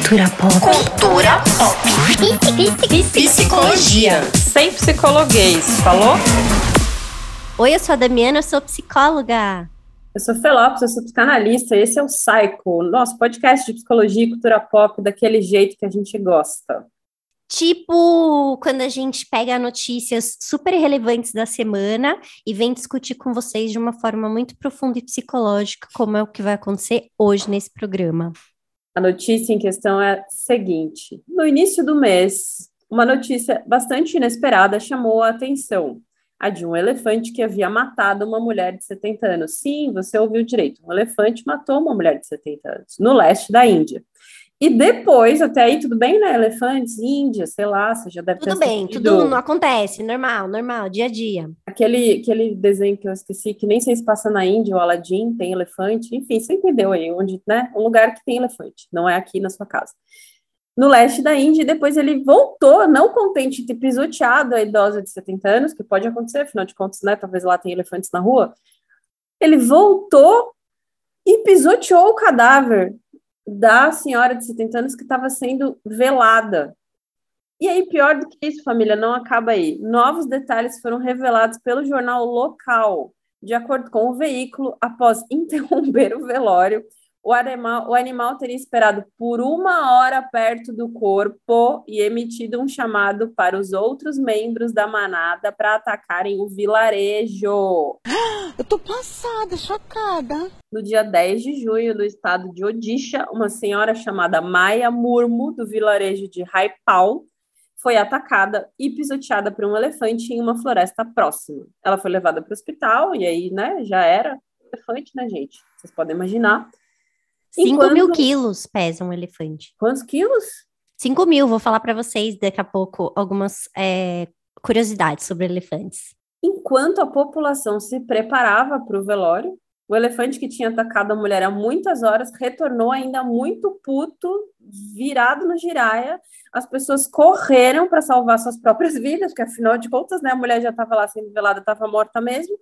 Cultura pop. Cultura pop. Psicologia. Sem psicologuês, falou? Oi, eu sou a Damiana, eu sou psicóloga. Eu sou Felopes, eu sou psicanalista, esse é o Psycho, nosso podcast de psicologia e cultura pop daquele jeito que a gente gosta. Tipo, quando a gente pega notícias super relevantes da semana e vem discutir com vocês de uma forma muito profunda e psicológica, como é o que vai acontecer hoje nesse programa. A notícia em questão é a seguinte: no início do mês, uma notícia bastante inesperada chamou a atenção. A de um elefante que havia matado uma mulher de 70 anos. Sim, você ouviu direito, um elefante matou uma mulher de 70 anos, no leste da Índia. E depois, até aí, tudo bem, né? Elefantes, Índia, sei lá, você já deve ter Tudo bem, assistido. tudo não acontece, normal, dia a dia. Aquele desenho que eu esqueci, que nem sei se passa na Índia, o Aladdin, tem elefante, enfim, você entendeu aí, onde, né? Um lugar que tem elefante, não é aqui na sua casa. No leste da Índia, e depois ele voltou, não contente de ter pisoteado a idosa de 70 anos, que pode acontecer, afinal de contas, né? Talvez lá tenha elefantes na rua. Ele voltou e pisoteou o cadáver da senhora de 70 anos que estava sendo velada. E aí, pior do que isso, família, não acaba aí. Novos detalhes foram revelados pelo jornal local. De acordo com o veículo, após interromper o velório, o animal teria esperado por 1 hora perto do corpo e emitido um chamado para os outros membros da manada para atacarem o vilarejo. Eu tô passada, chocada. No dia 10 de junho, no estado de Odisha, uma senhora chamada Maya Murmu, do vilarejo de Raipal, foi atacada e pisoteada por um elefante em uma floresta próxima. Ela foi levada para o hospital e aí, né, já era elefante, né, gente? Vocês podem imaginar. 5.000 quilos pesa um elefante. Quantos quilos? 5.000, vou falar para vocês daqui a pouco algumas curiosidades sobre elefantes. Enquanto a população se preparava para o velório, o elefante que tinha atacado a mulher há muitas horas retornou ainda muito puto, virado no giraia. As pessoas correram para salvar suas próprias vidas, porque afinal de contas, né, a mulher já estava lá sendo velada, estava morta mesmo,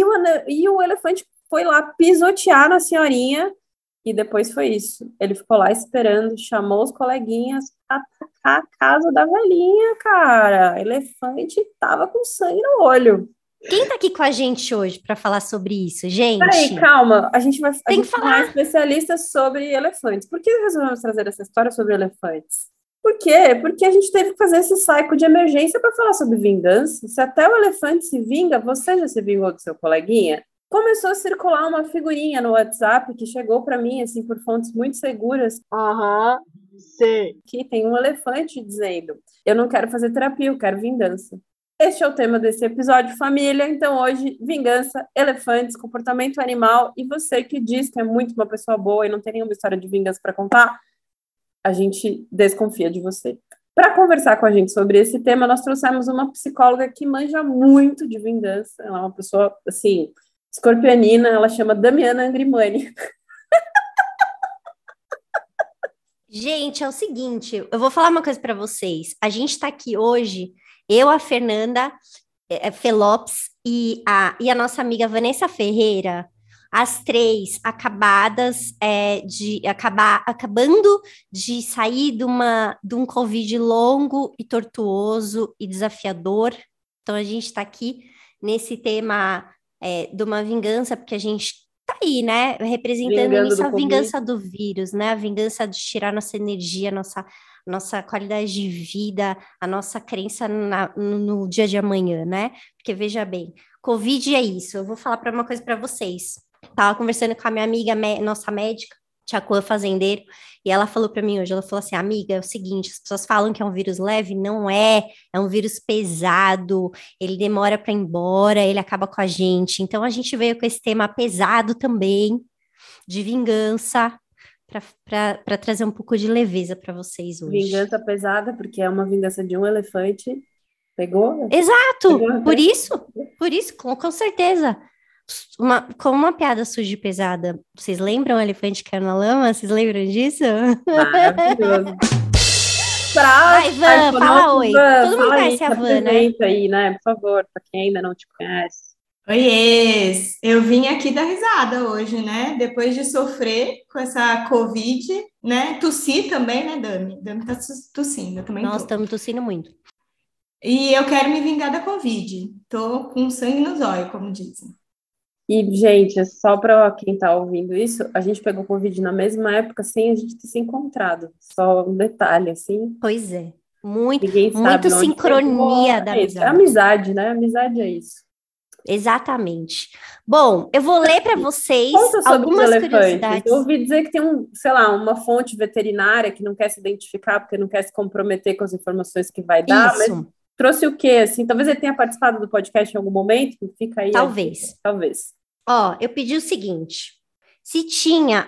e o elefante foi lá pisotear na senhorinha, e depois foi isso. Ele ficou lá esperando, chamou os coleguinhas para atacar a casa da velhinha, cara. Elefante tava com sangue no olho. Quem tá aqui com a gente hoje para falar sobre isso, gente? Peraí, calma. A gente vai Tem que falar. especialista sobre elefantes. Por que resolvemos trazer essa história sobre elefantes? Por quê? Porque a gente teve que fazer esse cycle de emergência para falar sobre vingança. Se até o elefante se vinga, você já se vingou do seu coleguinha? Começou a circular uma figurinha no WhatsApp que chegou para mim, assim, por fontes muito seguras. Sei. Que tem um elefante dizendo: eu não quero fazer terapia, eu quero vingança. Este é o tema desse episódio, família. Então, hoje, vingança, elefantes, comportamento animal. E você que diz que é muito uma pessoa boa e não tem nenhuma história de vingança para contar, a gente desconfia de você. Para conversar com a gente sobre esse tema, nós trouxemos uma psicóloga que manja muito de vingança. Ela é uma pessoa, assim, escorpionina, ela chama Damiana Angrimani. Gente, é o seguinte, eu vou falar uma coisa para vocês. A gente tá aqui hoje, eu, a Fernanda Felopes e a nossa amiga Vanessa Ferreira, as três acabando de sair de um Covid longo e tortuoso e desafiador. Então, a gente tá aqui nesse tema de uma vingança, porque a gente tá aí, né, representando isso, a vingança do vírus, né, a vingança de tirar nossa energia, nossa qualidade de vida, a nossa crença no dia de amanhã, né, porque veja bem, Covid é isso. Eu vou falar uma coisa para vocês. Tava conversando com a minha amiga, nossa médica, Tchacuã Fazendeiro, e ela falou para mim hoje, ela falou assim: amiga, é o seguinte, as pessoas falam que é um vírus leve, não é um vírus pesado, ele demora para ir embora, ele acaba com a gente. Então a gente veio com esse tema pesado também, de vingança, para trazer um pouco de leveza para vocês hoje. Vingança pesada, porque é uma vingança de um elefante. Pegou? Exato, Pegou, por isso, com certeza. Como uma piada suja e pesada. Vocês lembram o elefante que caiu na lama? Vocês lembram disso? Maravilhoso. Vai, Van, fala oi. Todo mundo conhece a Van, né? Aí, né? Por favor, para quem ainda não te conhece. Oiês! Eu vim aqui dar risada hoje, né? Depois de sofrer com essa Covid, né? Tossi também, né, Dami? Dami tá tossindo, eu também Nós tô. estamos tossindo muito. E eu quero me vingar da Covid. Tô com sangue nos olhos, como dizem. E, gente, só para quem tá ouvindo isso, a gente pegou Covid na mesma época sem a gente ter se encontrado. Só um detalhe, assim, Pois é. Muito, ninguém muito sabe onde pegou. sincronia da É isso, é amizade. amizade, né? Amizade é isso. Exatamente. Bom, eu vou ler para vocês Conta sobre os algumas elefantes. Eu curiosidades. ouvi dizer que tem sei lá, uma fonte veterinária que não quer se identificar porque não quer se comprometer com as informações que vai dar, mas Isso, trouxe o quê? Assim, talvez ele tenha participado do podcast em algum momento, fica aí a dica, talvez. talvez. Ó, eu pedi o seguinte: se tinha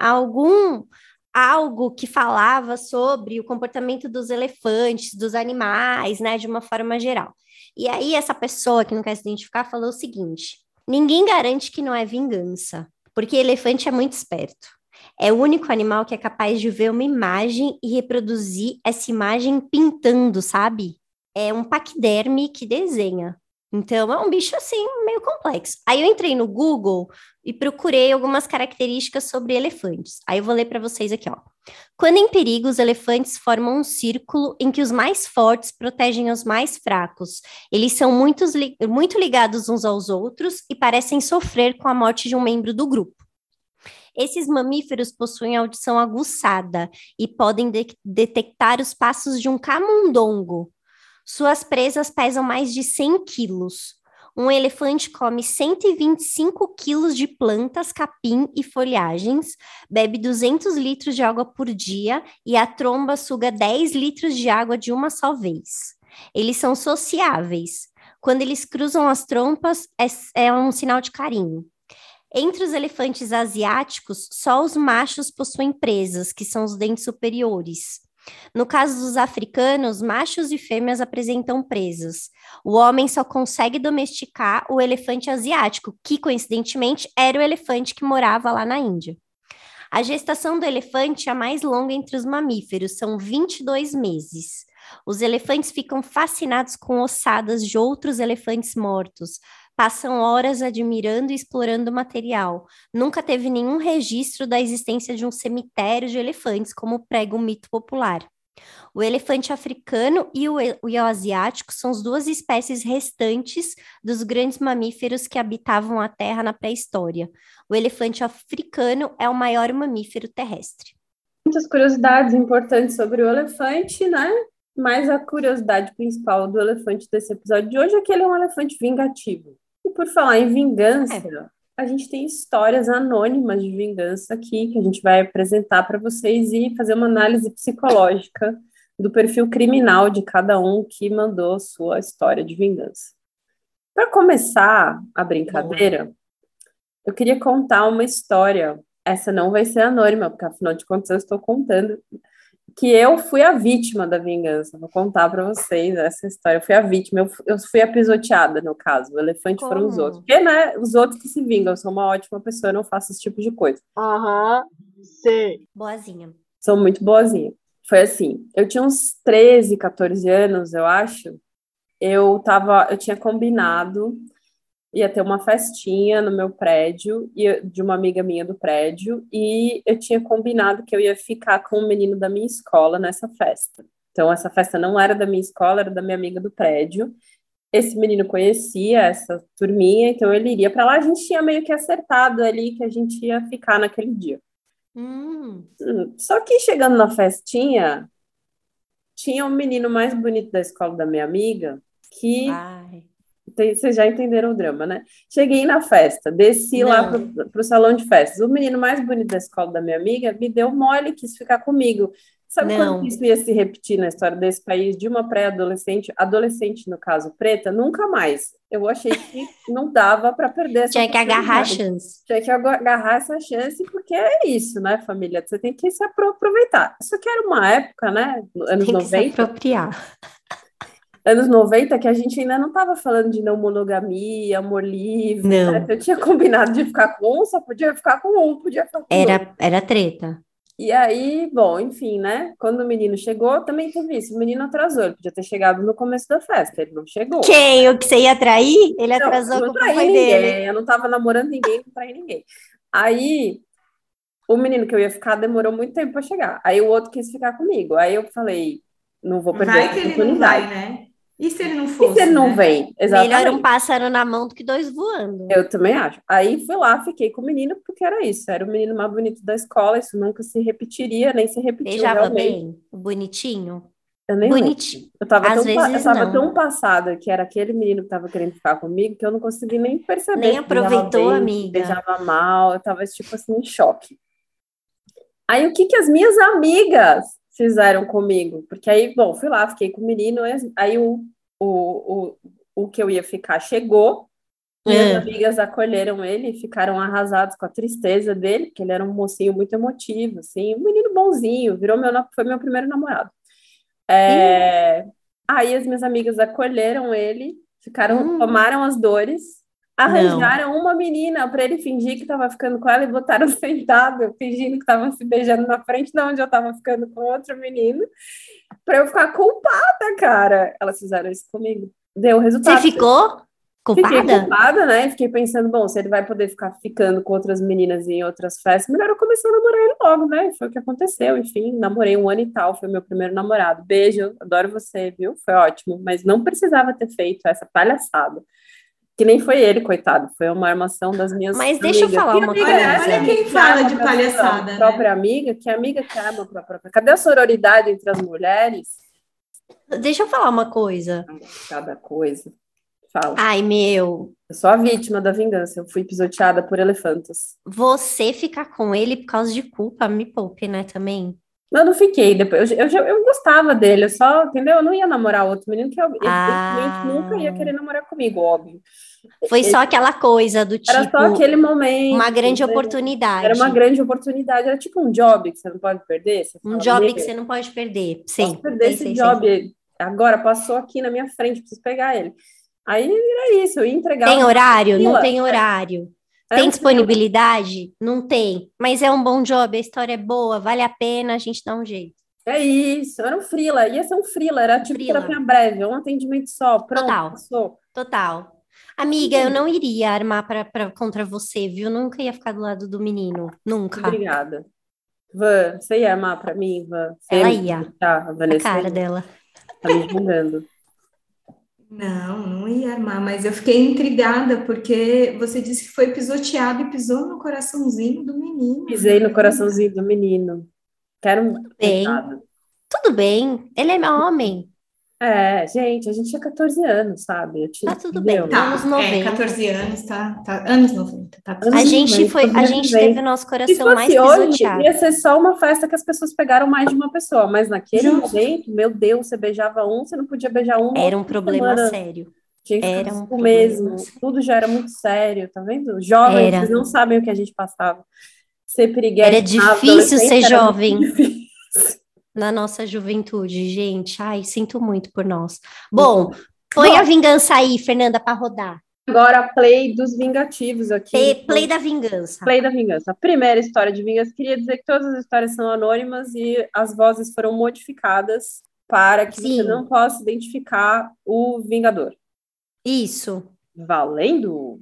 algo que falava sobre o comportamento dos elefantes, dos animais, né, de uma forma geral. E aí essa pessoa que não quer se identificar falou o seguinte: ninguém garante que não é vingança, porque elefante é muito esperto. É o único animal que é capaz de ver uma imagem e reproduzir essa imagem pintando, sabe? É um paquiderme que desenha. Então, é um bicho assim, meio complexo. Aí eu entrei no Google e procurei algumas características sobre elefantes. Aí eu vou ler para vocês aqui, ó. Quando em perigo, os elefantes formam um círculo em que os mais fortes protegem os mais fracos. Eles são muito ligados uns aos outros e parecem sofrer com a morte de um membro do grupo. Esses mamíferos possuem audição aguçada e podem detectar os passos de um camundongo. Suas presas pesam mais de 100 quilos. Um elefante come 125 quilos de plantas, capim e folhagens, bebe 200 litros de água por dia e a tromba suga 10 litros de água de uma só vez. Eles são sociáveis. Quando eles cruzam as trompas, é um sinal de carinho. Entre os elefantes asiáticos, só os machos possuem presas, que são os dentes superiores. No caso dos africanos, machos e fêmeas apresentam presas. O homem só consegue domesticar o elefante asiático, que coincidentemente era o elefante que morava lá na Índia. A gestação do elefante é a mais longa entre os mamíferos, são 22 meses. Os elefantes ficam fascinados com ossadas de outros elefantes mortos, passam horas admirando e explorando o material. Nunca teve nenhum registro da existência de um cemitério de elefantes, como prega o mito popular. O elefante africano e o asiático são as duas espécies restantes dos grandes mamíferos que habitavam a Terra na pré-história. O elefante africano é o maior mamífero terrestre. Muitas curiosidades importantes sobre o elefante, né? Mas a curiosidade principal do elefante desse episódio de hoje é que ele é um elefante vingativo. E por falar em vingança, a gente tem histórias anônimas de vingança aqui que a gente vai apresentar para vocês e fazer uma análise psicológica do perfil criminal de cada um que mandou sua história de vingança. Para começar a brincadeira, eu queria contar uma história. Essa não vai ser anônima, porque afinal de contas eu estou contando que eu fui a vítima da vingança. Vou contar para vocês essa história. Eu fui a vítima, eu fui a pisoteada, no caso. O elefante foram os outros. Porque, né, os outros que se vingam. Eu sou uma ótima pessoa, eu não faço esse tipo de coisa. Aham, sei. Boazinha. Sou muito boazinha. Foi assim, eu tinha uns 13, 14 anos, eu acho. Eu tinha combinado, ia ter uma festinha no meu prédio, de uma amiga minha do prédio, e eu tinha combinado que eu ia ficar com um menino da minha escola nessa festa. Então, essa festa não era da minha escola, era da minha amiga do prédio. Esse menino conhecia essa turminha, então ele iria para lá. A gente tinha meio que acertado ali que a gente ia ficar naquele dia. Só que chegando na festinha, tinha um menino mais bonito da escola da minha amiga, que vocês já entenderam o drama, né? Cheguei na festa, desci lá pro salão de festas. O menino mais bonito da escola da minha amiga me deu mole e quis ficar comigo. Sabe quando isso ia se repetir na história desse país de uma pré-adolescente, adolescente, no caso, preta? Nunca mais. Eu achei que não dava para perder essa Tinha que agarrar a chance. Tinha que agarrar essa chance, porque é isso, né, família? Você tem que se aproveitar. Isso que era uma época, né? Anos Tem que 90. se apropriar. Anos 90, que a gente ainda não estava falando de não monogamia, amor livre. Não. Né? Eu tinha combinado de ficar com um, só podia ficar com um, podia ficar com dois. Era treta. E aí, bom, enfim, né? Quando o menino chegou, também teve isso. O menino atrasou, ele podia ter chegado no começo da festa, ele não chegou. Quem? O que você ia trair? Ele atrasou, a Não culpa traí foi ninguém, dele. eu não tava namorando ninguém, não traí ninguém. Aí, o menino que eu ia ficar demorou muito tempo para chegar. Aí o outro quis ficar comigo. Aí eu falei, não vou perder Vai essa que ele não vai, oportunidade. né? E se ele não E se ele fosse, não né? vem? Melhor um Exatamente. pássaro na mão do que dois voando. Eu também acho. Aí fui lá, fiquei com o menino, porque era isso. Era o menino mais bonito da escola, isso nunca se repetiria, nem se repetiu Beijava realmente. bem? Bonitinho? Eu nem lembro. Bonitinho. Eu tava Às eu vezes tava não. tão passada que era aquele menino que tava querendo ficar comigo que eu não consegui nem perceber Nem se beijava aproveitou, bem, se amiga. beijava mal. Eu tava, tipo assim, em choque. Aí o que que as minhas amigas fizeram comigo? Porque aí, bom, fui lá, fiquei com o menino, aí o, o que eu ia ficar chegou, minhas Ah, amigas acolheram ele e ficaram arrasadas com a tristeza dele, porque ele era um mocinho muito emotivo, assim, um menino bonzinho, foi meu primeiro namorado. ih, É, Aí as minhas amigas acolheram ele, hum, tomaram as dores, não. arranjaram uma menina para ele fingir que estava ficando com ela e botaram sentado, fingindo que estavam se beijando na frente de onde eu estava ficando com outro menino, para eu ficar culpada, cara. Elas fizeram isso comigo. Deu Você resultado. ficou Fiquei culpada? culpada, né? Fiquei pensando, bom, se ele vai poder ficar ficando com outras meninas em outras festas, melhor eu começar a namorar ele logo, né? Foi o que aconteceu, enfim, namorei um ano e tal, foi meu primeiro namorado. Beijo, adoro você, viu? Foi ótimo, mas não precisava ter feito essa palhaçada. Que nem foi ele, coitado, foi uma armação das minhas Mas deixa eu amigas. falar Que uma amiga é Olha, essa olha coisa. quem que fala arma de para sua palhaçada, né? própria amiga? Que amiga que arma para a própria? Cadê a sororidade entre as mulheres? Deixa eu falar uma coisa. Cada coisa. Fala. Ai, meu, Eu sou a vítima da vingança. Eu fui pisoteada por elefantes. você ficar com ele por causa de culpa, me poupe, né, também? Eu não fiquei. Depois, eu gostava dele, eu só, entendeu? Eu não ia namorar outro menino que evidentemente nunca ia Ah, querer namorar comigo, óbvio. foi só aquela coisa do Era só tipo, aquele uma momento, grande entendeu? Era uma oportunidade. grande oportunidade, era tipo um job que você não pode perder. Você Um fala, job que meu, você não pode perder. posso Sei, perder sei, esse sei, sei. job agora, passou aqui na minha frente, preciso pegar ele. Aí era isso, eu ia entregar Tem uma horário? Não fila, tem horário. é Tem um fila. disponibilidade? Não tem. Mas é um bom job, a história é boa, vale a pena, a gente dá um jeito. É isso, era um freela, ia ser um freela, era tipo Frila. terapia breve, um atendimento só, pronto, Total, passou. total. Amiga, eu não iria armar contra você, viu? Nunca ia ficar do lado do menino. Nunca. Obrigada. Van, você ia amar pra mim, Van? Você ia Ela me ia. deixar, a A Vanessa cara dela. tá me julgando. Não, não ia armar, mas eu fiquei intrigada porque você disse que foi pisoteado e pisou no coraçãozinho do menino, Pisei no menina. coraçãozinho do menino. Quero, Bem, coitado. tudo bem. Ele é homem. É, gente, a gente tinha 14 anos, sabe? Tá tudo bem. Entendeu? Anos Tá, 90. 14 anos, anos 90, tá tudo A Anos certo. gente 90, foi, a gente teve o sobrevivente. nosso Se coração mais fosse hoje, pisoteado. ia ser só uma festa que as pessoas pegaram mais de uma pessoa. Mas naquele Justo. momento, meu Deus, você beijava um, você não podia beijar um Era outra um problema semana. sério. Tinha que ficar Era um assim problema mesmo. sério. Tudo já era muito sério, tá vendo? Jovens, vocês Era. não sabem o que a gente passava. Ser Era piriguete na difícil ser adolescência era muito jovem difícil. na nossa juventude, gente. Ai, sinto muito por nós. Bom, põe a Bom, vingança aí, Fernanda, para rodar. agora a play dos vingativos aqui. Play da vingança. Play da vingança. A primeira história de vingança, queria dizer que todas as histórias são anônimas e as vozes foram modificadas para que você não Sim, possa identificar o vingador. isso. Valendo?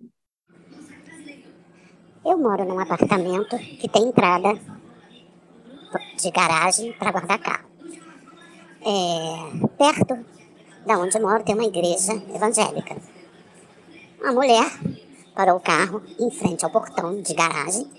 Eu moro num apartamento que tem entrada de garagem para guardar carro. Perto da onde eu moro tem uma igreja evangélica. Uma mulher parou o carro em frente ao portão de garagem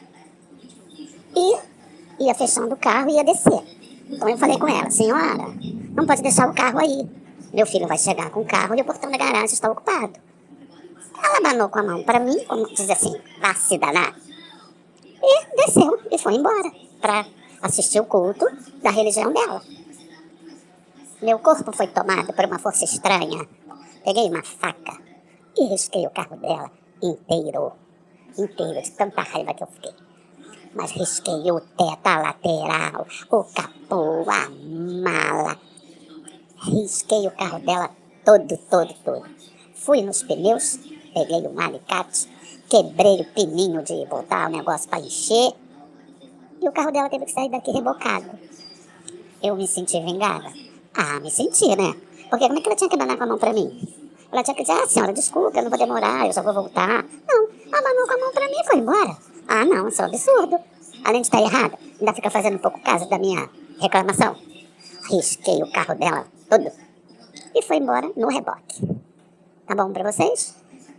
e ia fechando o carro e ia descer. Então eu falei com ela, senhora, não pode deixar o carro aí. Meu filho vai chegar com o carro e o portão da garagem está ocupado. Ela abanou com a mão para mim, como diz assim, vá se danar. E desceu e foi embora para assistir o culto da religião dela. Meu corpo foi tomado por uma força estranha. Peguei uma faca e risquei o carro dela inteiro. Inteiro, de tanta raiva que eu fiquei. Mas risquei o teto, a lateral, o capô, a mala. Risquei o carro dela todo, todo, todo. Fui nos pneus, peguei um alicate, quebrei o pininho de botar o negócio para encher E o carro dela teve que sair daqui rebocado. Eu me senti vingada? Ah, me senti, né? Porque como é que ela tinha que abanar com a mão pra mim? Ela tinha que dizer, senhora, desculpa, eu não vou demorar, eu só vou voltar. Não, abanou com a mão pra mim e foi embora. Ah, não, isso é um absurdo. Além de estar errada, ainda fica fazendo pouco caso da minha reclamação. Risquei o carro dela todo e foi embora no reboque. Tá bom pra vocês?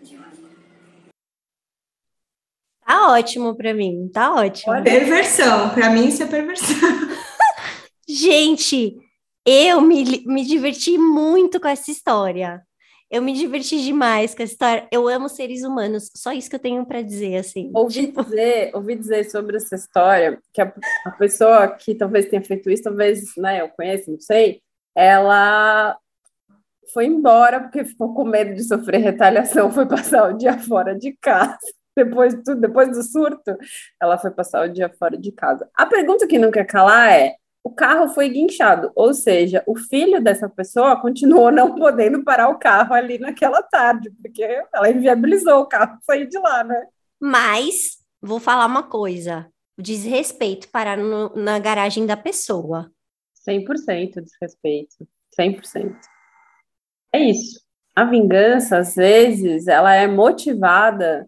Tá ótimo pra mim, tá ótimo. Perversão, pra mim isso é perversão. Gente, eu me diverti muito com essa história. Eu me diverti demais com essa história. Eu amo seres humanos. Só isso que eu tenho pra dizer, assim. Ouvi dizer sobre essa história que a pessoa que talvez tenha feito isso, talvez, né, eu conheço, não sei, ela foi embora porque ficou com medo de sofrer retaliação, foi passar o dia fora de casa. Depois do surto, ela foi passar o dia fora de casa. A pergunta que não quer calar é: o carro foi guinchado, ou seja, o filho dessa pessoa continuou não podendo parar o carro ali naquela tarde, porque ela inviabilizou o carro sair de lá, né? Mas, vou falar uma coisa. Desrespeito parar na garagem da pessoa. 100% desrespeito. 100%. É isso. A vingança, às vezes, ela é motivada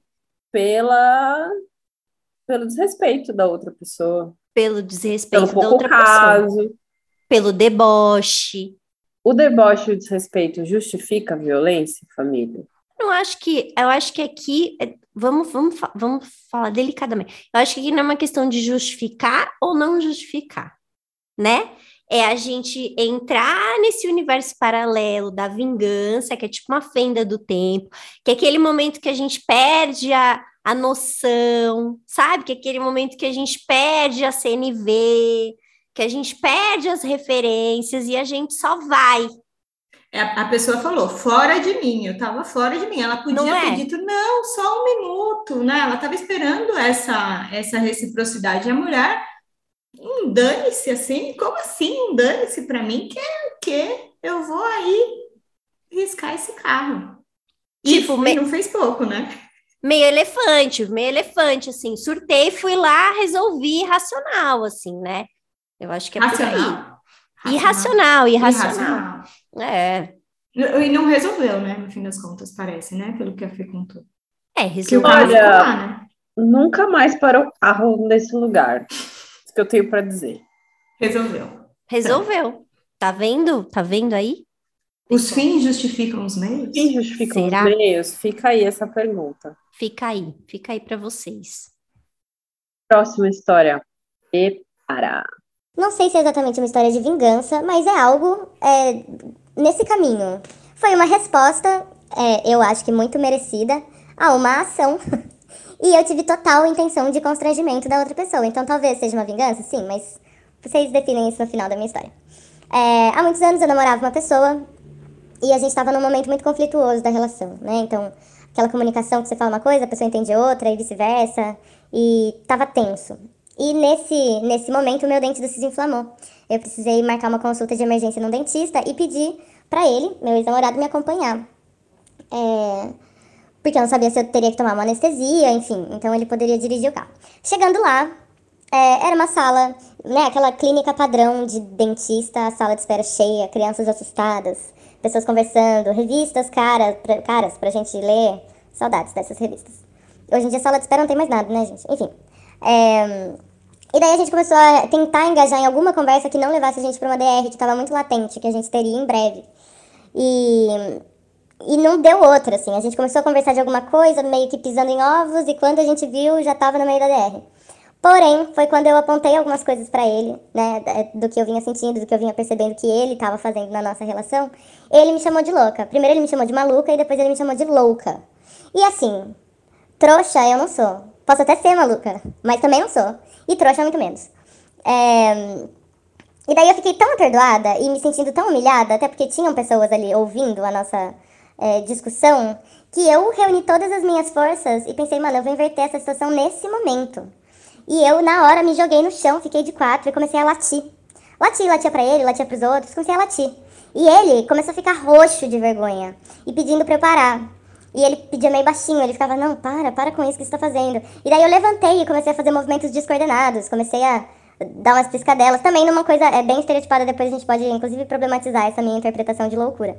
pelo desrespeito da outra pessoa. Pelo desrespeito Pelo da pouco outra pessoa. caso. Pelo deboche. O deboche e o desrespeito justifica a violência, família? Eu acho que aqui, vamos falar delicadamente. Eu acho que aqui não é uma questão de justificar ou não justificar, né? É a gente entrar nesse universo paralelo da vingança, que é tipo uma fenda do tempo, que é aquele momento que a gente perde a noção, sabe? Que é aquele momento que a gente perde a CNV, que a gente perde as referências e a gente só vai. A pessoa falou, fora de mim, eu tava fora de mim. Ela podia ter dito, não, só um minuto, né? Ela tava esperando essa reciprocidade. E a mulher, dane-se assim? Como assim, dane-se pra mim? Que é o quê? Eu vou aí riscar esse carro. Tipo, e não fez pouco, né? Meio elefante, assim. Surtei, fui lá, resolvi racional, assim, né? Eu acho que é por aí. Irracional. É. E não resolveu, né? No fim das contas, parece, né? Pelo que a Fê contou. Resolveu. Que o carro ficou lá, né? Nunca mais parou o carro nesse lugar. Isso que eu tenho para dizer. Resolveu. Tá vendo? Tá vendo aí? Os fins justificam os meios? Os fins justificam os meios? Fica aí essa pergunta. Fica aí para vocês. Próxima história. Prepara. Não sei se é exatamente uma história de vingança, mas é algo nesse caminho. Foi uma resposta, eu acho que muito merecida, a uma ação. E eu tive total intenção de constrangimento da outra pessoa. Então talvez seja uma vingança, sim, mas vocês definem isso no final da minha história. Há muitos anos eu namorava uma pessoa e a gente estava num momento muito conflituoso da relação, né? Então, aquela comunicação que você fala uma coisa, a pessoa entende outra e vice-versa, e tava tenso. E nesse momento, o meu dente se desinflamou. Eu precisei marcar uma consulta de emergência num dentista e pedir pra ele, meu ex-namorado, me acompanhar. Porque eu não sabia se eu teria que tomar uma anestesia, enfim. Então, ele poderia dirigir o carro. Chegando lá, era uma sala, né, aquela clínica padrão de dentista, a sala de espera cheia, crianças assustadas, pessoas conversando, revistas caras pra gente ler. Saudades dessas revistas. Hoje em dia, a sala de espera não tem mais nada, né, gente? Enfim. E daí a gente começou a tentar engajar em alguma conversa que não levasse a gente para uma DR, que estava muito latente, que a gente teria em breve. E não deu outra, assim. A gente começou a conversar de alguma coisa, meio que pisando em ovos, e quando a gente viu, já estava no meio da DR. Porém, foi quando eu apontei algumas coisas pra ele, né, do que eu vinha sentindo, do que eu vinha percebendo que ele estava fazendo na nossa relação. Ele me chamou de louca. Primeiro ele me chamou de maluca e depois ele me chamou de louca. E assim, trouxa eu não sou. Posso até ser maluca, mas também não sou. E trouxa muito menos. E daí eu fiquei tão atordoada e me sentindo tão humilhada, até porque tinham pessoas ali ouvindo a nossa discussão, que eu reuni todas as minhas forças e pensei, mano, eu vou inverter essa situação nesse momento. E eu, na hora, me joguei no chão, fiquei de quatro e comecei a latir. Latia pra ele, latia pros outros, comecei a latir. E ele começou a ficar roxo de vergonha e pedindo pra eu parar. E ele pedia meio baixinho, ele ficava, não, para com isso que você tá fazendo. E daí eu levantei e comecei a fazer movimentos descoordenados, comecei a dar umas piscadelas, também numa coisa bem estereotipada, depois a gente pode, inclusive, problematizar essa minha interpretação de loucura.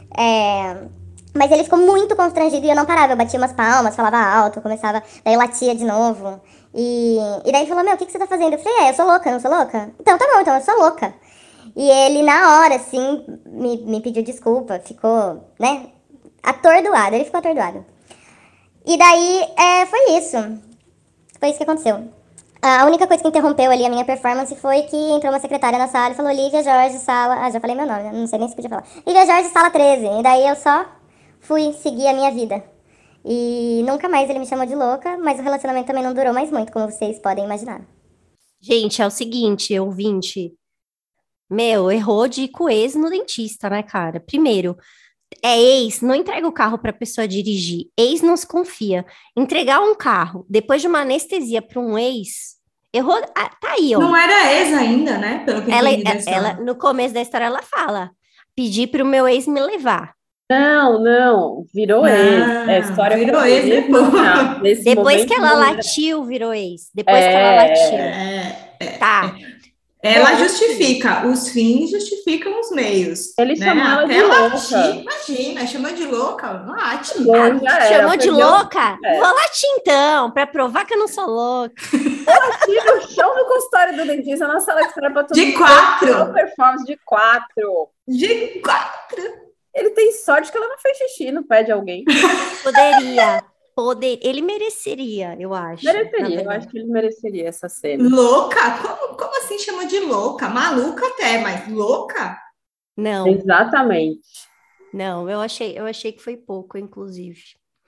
Mas ele ficou muito constrangido e eu não parava, eu batia umas palmas, falava alto, começava, daí eu latia de novo. E daí ele falou, meu, o que você tá fazendo? Eu falei, eu sou louca, não sou louca? Então tá bom, então eu sou louca. E ele, na hora, assim, me pediu desculpa, ficou, né, atordoado, ele ficou atordoado. E daí, foi isso. Foi isso que aconteceu. A única coisa que interrompeu ali a minha performance foi que entrou uma secretária na sala e falou, Lívia Jorge, sala... Ah, já falei meu nome, né? Não sei nem se podia falar. Lívia Jorge, sala 13. E daí eu só fui seguir a minha vida. E nunca mais ele me chamou de louca, mas o relacionamento também não durou mais muito, como vocês podem imaginar. Gente, é o seguinte, ouvinte. Meu, errou de ir com o ex no dentista, né, cara? Primeiro, ex, não entrega o carro pra pessoa dirigir. Ex não se confia. Entregar um carro depois de uma anestesia para um ex, errou. Ah, tá aí, ó. Não era ex ainda, né? Pelo que eu entendi da história. No começo da história, ela fala: pedi pro meu ex me levar. Não, virou ex. A história virou ex depois. Depois que ela latiu, virou ex. Depois que ela latiu. Tá. Ela justifica, os fins justificam os meios. Ele chamou ela de louca. Imagina, chamou de louca, late. Chamou de louca? Vou latir então, pra provar que eu não sou louca. Eu lati no chão do consultório do dentista, na sala de espera pra todo mundo. De 4. Performance de 4. De 4. Ele tem sorte que ela não fez xixi no pé de alguém. Poderia. Ele mereceria, eu acho. Mereceria, eu acho que ele mereceria essa cena. Louca? Como assim chama de louca? Maluca até, mas louca? Não. Exatamente. Não, eu achei que foi pouco, inclusive.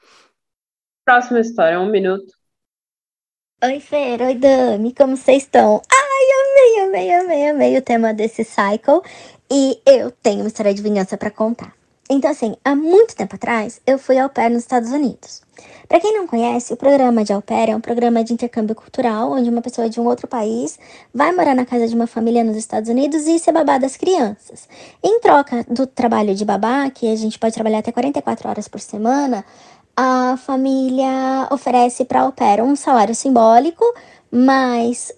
Próxima história, 1 minuto. Oi, Fer, oi, Dami, como vocês estão? Ai, amei o tema desse cycle. E eu tenho uma história de vingança pra contar. Então, assim, há muito tempo atrás, eu fui au pair nos Estados Unidos. Para quem não conhece, o programa de au pair é um programa de intercâmbio cultural, onde uma pessoa de um outro país vai morar na casa de uma família nos Estados Unidos e ser babá das crianças. Em troca do trabalho de babá, que a gente pode trabalhar até 44 horas por semana, a família oferece para au pair um salário simbólico, mais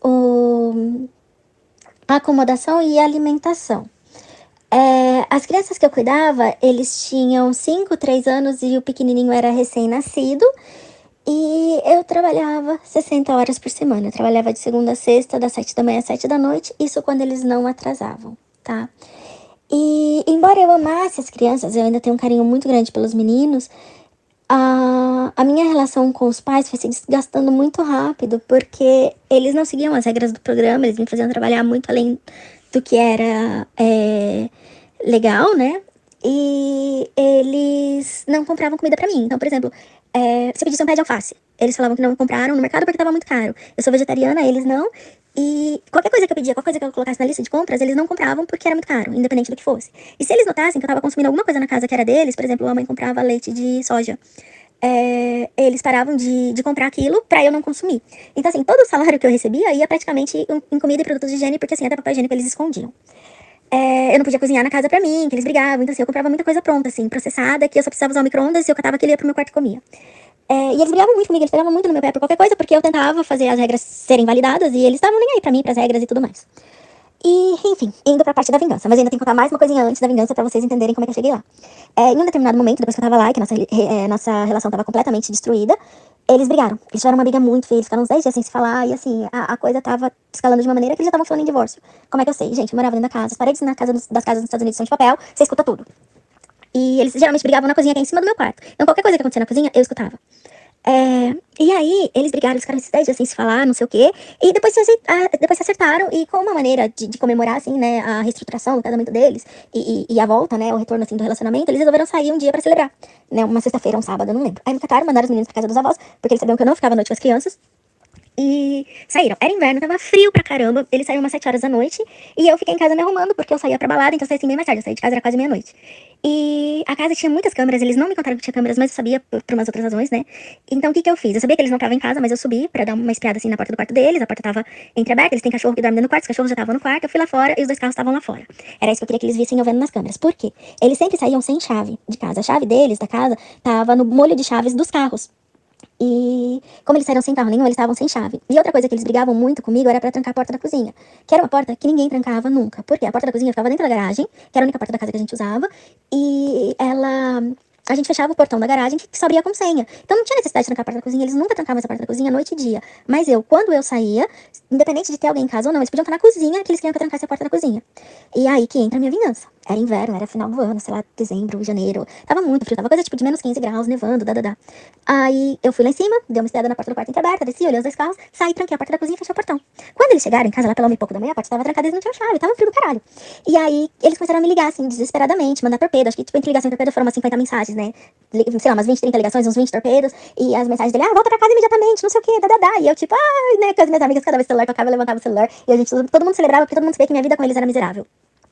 a acomodação e a alimentação. As crianças que eu cuidava, eles tinham 5, 3 anos e o pequenininho era recém-nascido. E eu trabalhava 60 horas por semana. Eu trabalhava de segunda a sexta, das 7 da manhã às 7 da noite. Isso quando eles não atrasavam, tá? E embora eu amasse as crianças, eu ainda tenho um carinho muito grande pelos meninos. A minha relação com os pais foi se desgastando muito rápido, porque eles não seguiam as regras do programa, eles me faziam trabalhar muito além do que era legal, né? E eles não compravam comida pra mim. Então, por exemplo, se eu pedisse um pé de alface, eles falavam que não compraram no mercado porque tava muito caro. Eu sou vegetariana, eles não. E qualquer coisa que eu pedia, qualquer coisa que eu colocasse na lista de compras, eles não compravam porque era muito caro, independente do que fosse. E se eles notassem que eu tava consumindo alguma coisa na casa que era deles, por exemplo, a mãe comprava leite de soja, eles paravam de comprar aquilo pra eu não consumir. Então, assim, todo o salário que eu recebia ia praticamente em comida e produtos de higiene, porque, assim, até papel higiênico eles escondiam. Eu não podia cozinhar na casa pra mim, que eles brigavam. Então, assim, eu comprava muita coisa pronta, assim, processada, que eu só precisava usar o micro-ondas e eu catava aquilo e ia pro meu quarto e comia. E eles brigavam muito comigo, eles pegavam muito no meu pé por qualquer coisa, porque eu tentava fazer as regras serem validadas e eles estavam nem aí pra mim, pras regras e tudo mais. E, enfim, indo pra parte da vingança. Mas ainda tem que contar mais uma coisinha antes da vingança pra vocês entenderem como é que eu cheguei lá. Em um determinado momento, depois que eu tava lá, que nossa relação tava completamente destruída, eles brigaram. Eles tiveram uma briga muito feia, eles ficaram uns 10 dias sem se falar, e assim, a coisa tava escalando de uma maneira que eles já estavam falando em divórcio. Como é que eu sei? Gente, eu morava dentro da casa, as paredes das casas dos Estados Unidos são de papel, você escuta tudo. E eles geralmente brigavam na cozinha, que é em cima do meu quarto. Então qualquer coisa que acontecia na cozinha, eu escutava. E aí, eles brigaram, eles ficaram esses 10 dias sem se falar, não sei o quê. E depois se acertaram. E com uma maneira de comemorar, assim, né, a reestruturação do casamento deles e a volta, né, o retorno, assim, do relacionamento, eles resolveram sair um dia pra celebrar. Né, uma sexta-feira, um sábado, eu não lembro. Aí me cataram, mandaram os meninos pra casa dos avós, porque eles sabiam que eu não ficava à noite com as crianças. e saíram. Era inverno, tava frio pra caramba, eles saíram umas 7 horas da noite, e eu fiquei em casa me arrumando, porque eu saía pra balada, então eu saía assim bem mais tarde, eu saí de casa, era quase meia-noite. E a casa tinha muitas câmeras, eles não me contaram que tinha câmeras, mas eu sabia por umas outras razões, né? Então o que que eu fiz? Eu sabia que eles não estavam em casa, mas eu subi pra dar uma espiada assim na porta do quarto deles, a porta tava entreaberta, eles têm cachorro que dorme dentro do quarto, os cachorros já estavam no quarto, eu fui lá fora e os 2 carros estavam lá fora. Era isso que eu queria que eles vissem eu vendo nas câmeras. Por quê? Eles sempre saíam sem chave de casa, a chave deles, da casa, tava no molho de chaves dos carros. E como eles saíram sem carro nenhum, eles estavam sem chave. E outra coisa que eles brigavam muito comigo era pra trancar a porta da cozinha. Que era uma porta que ninguém trancava nunca. Por quê? A porta da cozinha ficava dentro da garagem, que era a única porta da casa que a gente usava. E a gente fechava o portão da garagem que só abria com senha. Então não tinha necessidade de trancar a porta da cozinha, eles nunca trancavam essa porta da cozinha noite e dia. Mas quando eu saía, independente de ter alguém em casa ou não, eles podiam estar na cozinha, que eles queriam que eu trancasse a porta da cozinha. E aí que entra a minha vingança. Era inverno, era final do ano, sei lá, dezembro, janeiro. Tava muito frio, tava coisa tipo de menos 15 graus, nevando, dadadá. Aí eu fui lá em cima, dei uma espiada na porta do quarto entreaberta, desci, olhei os 2 carros, saí, tranquei a porta da cozinha e fechei o portão. Quando eles chegaram em casa, lá pela 1h e pouco da manhã, a porta estava trancada e eles não tinham chave, tava frio do caralho. E aí eles começaram a me ligar, assim, desesperadamente, mandar torpedo. Acho que, tipo, entre ligação e torpedo foram umas 50 mensagens, né? Sei lá, umas 20, 30 ligações, uns 20 torpedos. E as mensagens dele, volta pra casa imediatamente, não sei o que, dadadá. E eu, tipo, né, com as minhas amigas, cada vez que o celular tocava, eu levantava o celular. E a gente, todo mundo celebrava, porque todo mundo sabia que minha vida com eles era miserável.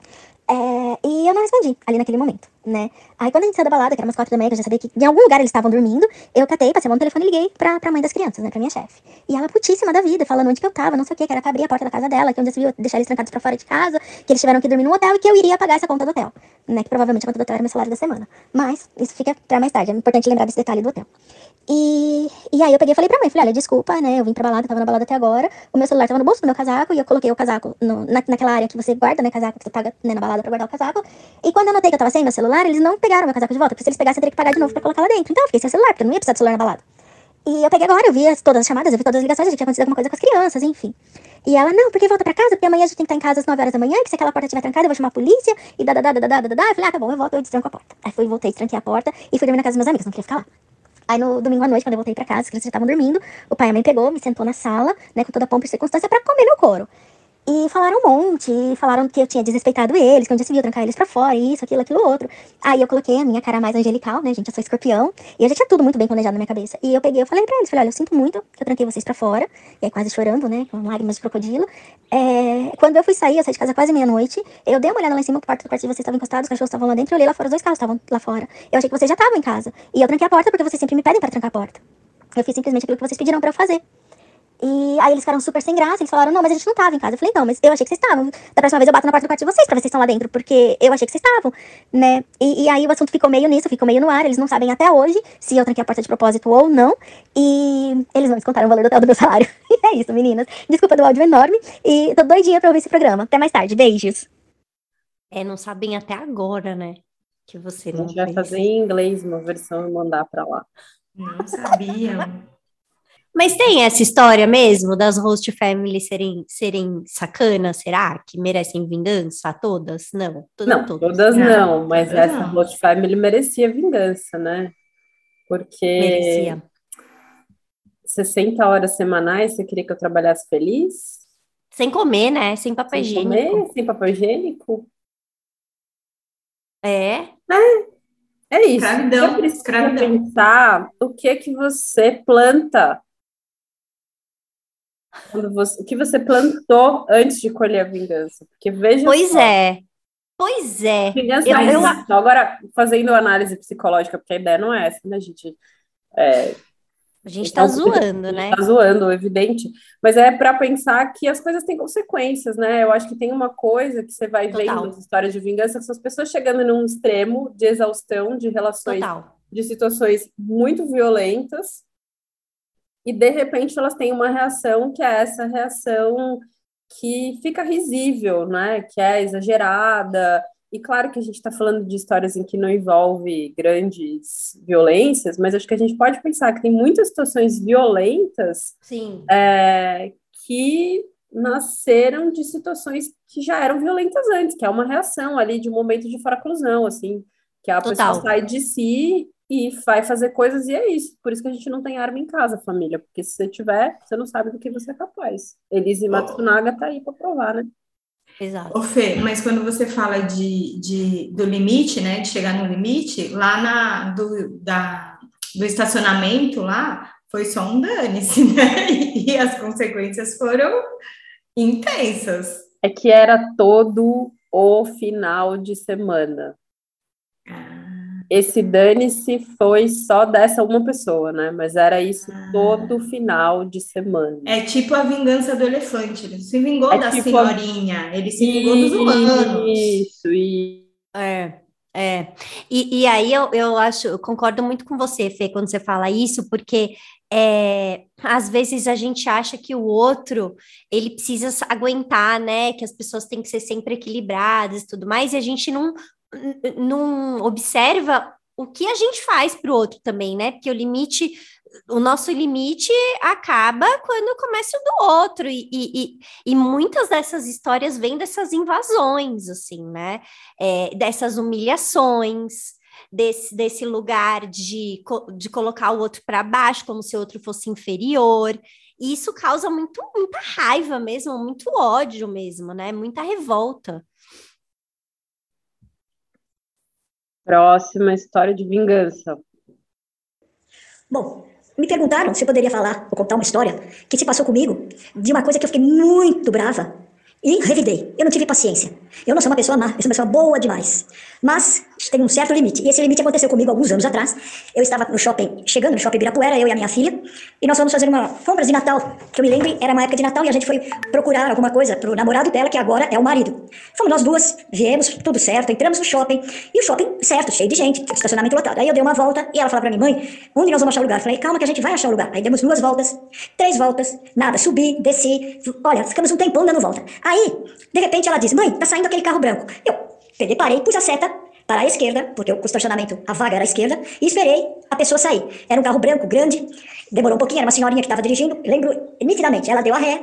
E eu não respondi ali naquele momento, né? Aí quando a gente saiu da balada, que era umas 4 da manhã, que eu já sabia que em algum lugar eles estavam dormindo, eu catei, passei a mão no telefone e liguei pra mãe das crianças, né? Pra minha chefe. E ela putíssima da vida, falando onde que eu tava, não sei o que era pra abrir a porta da casa dela, que um dia se viu deixar eles trancados pra fora de casa, que eles tiveram que dormir num hotel e que eu iria pagar essa conta do hotel, né? Que provavelmente a conta do hotel era meu salário da semana. Mas isso fica pra mais tarde, é importante lembrar desse detalhe do hotel. E aí eu peguei e falei pra mãe, falei, olha, desculpa, né, eu vim pra balada, tava na balada até agora, o meu celular tava no bolso do meu casaco, e eu coloquei o casaco naquela área que você guarda, né, casaco, que você paga, né, na balada pra guardar o casaco, e quando eu notei que eu tava sem meu celular, eles não pegaram meu casaco de volta, porque se eles pegassem, eu teria que pagar de novo pra colocar lá dentro, então eu fiquei sem celular, porque eu não ia precisar do celular na balada. E eu peguei agora, eu vi todas as chamadas, eu vi todas as ligações, já tinha acontecido alguma coisa com as crianças, enfim. E ela, não, porque volta pra casa, porque amanhã a gente tem que estar em casa às 9 horas da manhã, que se aquela porta estiver trancada, eu vou chamar a polícia, e Eu falei, tá bom, eu volto, eu destranco a porta. Aí voltei, tranquei a porta, e fui dormir na casa dos meus amigos, não queria ficar lá. Aí no domingo à noite, quando eu voltei pra casa, as crianças já estavam dormindo, o pai e a mãe pegou, me sentou na sala, né, com toda a pompa e circunstância pra comer meu couro. E falaram um monte, falaram que eu tinha desrespeitado eles, que eu já se viu trancar eles pra fora, isso, aquilo outro. Aí eu coloquei a minha cara mais angelical, né, gente, eu sou escorpião, e eu já tinha tudo muito bem planejado na minha cabeça. E eu peguei, eu falei pra eles, falei, olha, eu sinto muito que eu tranquei vocês pra fora, e aí quase chorando, né, com lágrimas de crocodilo. Quando eu saí de casa quase meia-noite, eu dei uma olhada lá em cima, o quarto de vocês estava encostado, os cachorros estavam lá dentro, eu olhei lá fora, os 2 carros estavam lá fora. Eu achei que vocês já estavam em casa. E eu tranquei a porta porque vocês sempre me pedem pra trancar a porta. Eu fiz simplesmente aquilo que vocês pediram pra eu fazer. E aí eles ficaram super sem graça, eles falaram, não, mas a gente não tava em casa. Eu falei, não, mas eu achei que vocês estavam. Da próxima vez eu bato na porta do quarto de vocês pra ver se vocês estão lá dentro, porque eu achei que vocês estavam, né? E aí o assunto ficou meio nisso, ficou meio no ar, eles não sabem até hoje se eu tranquei a porta de propósito ou não. E eles não descontaram o valor do hotel do meu salário. E é isso, meninas. Desculpa do áudio enorme. E tô doidinha pra ouvir esse programa. Até mais tarde, beijos. Não sabem até agora, né? Que você não A gente vai fazer em inglês uma versão e mandar pra lá. Não sabiam. Mas tem essa história mesmo das host families serem sacanas, será? Que merecem vingança? Todas? Não, todas não, mas essa host family merecia vingança, né? Porque merecia. 60 horas semanais, você queria que eu trabalhasse feliz? Sem comer, né? Sem papel higiênico. Comer, sem papel higiênico? É isso. Eu preciso pensar o que você planta. O que você plantou antes de colher a vingança? Porque veja Pois é. Vingança agora, fazendo análise psicológica, porque a ideia não é essa, né, gente? A gente tá zoando, né? Tá zoando, evidente. Mas é para pensar que as coisas têm consequências, né? Eu acho que tem uma coisa que você vai vendo nas histórias de vingança, que são as pessoas chegando num extremo de exaustão, de relações, de situações muito violentas, e de repente elas têm uma reação que é essa reação que fica risível, né? Que é exagerada. E claro que a gente está falando de histórias em que não envolve grandes violências, mas acho que a gente pode pensar que tem muitas situações violentas que nasceram de situações que já eram violentas antes, que é uma reação ali de um momento de faraclusão, assim, que a pessoa sai de si e vai fazer coisas, e é isso. Por isso que a gente não tem arma em casa, família, porque se você tiver, você não sabe do que você é capaz. Elise Matsunaga tá aí para provar, né? Exato. Ô Fê, mas quando você fala do limite, né, de chegar no limite, lá do estacionamento lá, foi só um dane-se, né? E as consequências foram intensas. É que era todo o final de semana. Esse dane-se foi só dessa uma pessoa, né? Mas era isso todo final de semana. É tipo a vingança do elefante. Ele se vingou da tipo senhorinha, ele se vingou dos humanos. Isso. E aí eu concordo muito com você, Fê, quando você fala isso, porque às vezes a gente acha que o outro, ele precisa aguentar, né, que as pessoas têm que ser sempre equilibradas e tudo mais, e a gente não observa o que a gente faz para o outro também, né, porque o nosso limite acaba quando começa o do outro, e muitas dessas histórias vêm dessas invasões, assim, né, dessas humilhações, desse lugar de colocar o outro para baixo, como se o outro fosse inferior, e isso causa muita raiva mesmo, muito ódio mesmo, né, muita revolta. Próxima história de vingança. Bom, me perguntaram se eu poderia falar ou contar uma história que se passou comigo de uma coisa que eu fiquei muito brava e revidei. Eu não tive paciência. Eu não sou uma pessoa má, eu sou uma pessoa boa demais. Mas tem um certo limite. E esse limite aconteceu comigo alguns anos atrás. Eu estava chegando no shopping Ibirapuera, eu e a minha filha, e nós fomos fazer uma compras de Natal, que eu me lembro, era uma época de Natal, e a gente foi procurar alguma coisa pro namorado dela, que agora é o marido. Fomos nós duas, viemos, tudo certo, entramos no shopping, e o shopping, certo, cheio de gente, estacionamento lotado. Aí eu dei uma volta, e ela falou pra mim, mãe, onde nós vamos achar o lugar? Eu falei, calma que a gente vai achar o lugar. Aí demos 2 voltas, 3 voltas, nada, subi, desci, olha, ficamos um tempão dando volta. Aí, de repente ela diz, mãe, tá saindo aquele carro branco. Eu peguei, parei, pus a seta para a esquerda, porque o estacionamento, a vaga era à esquerda, e esperei a pessoa sair. Era um carro branco, grande, demorou um pouquinho, era uma senhorinha que estava dirigindo, lembro nitidamente, ela deu a ré,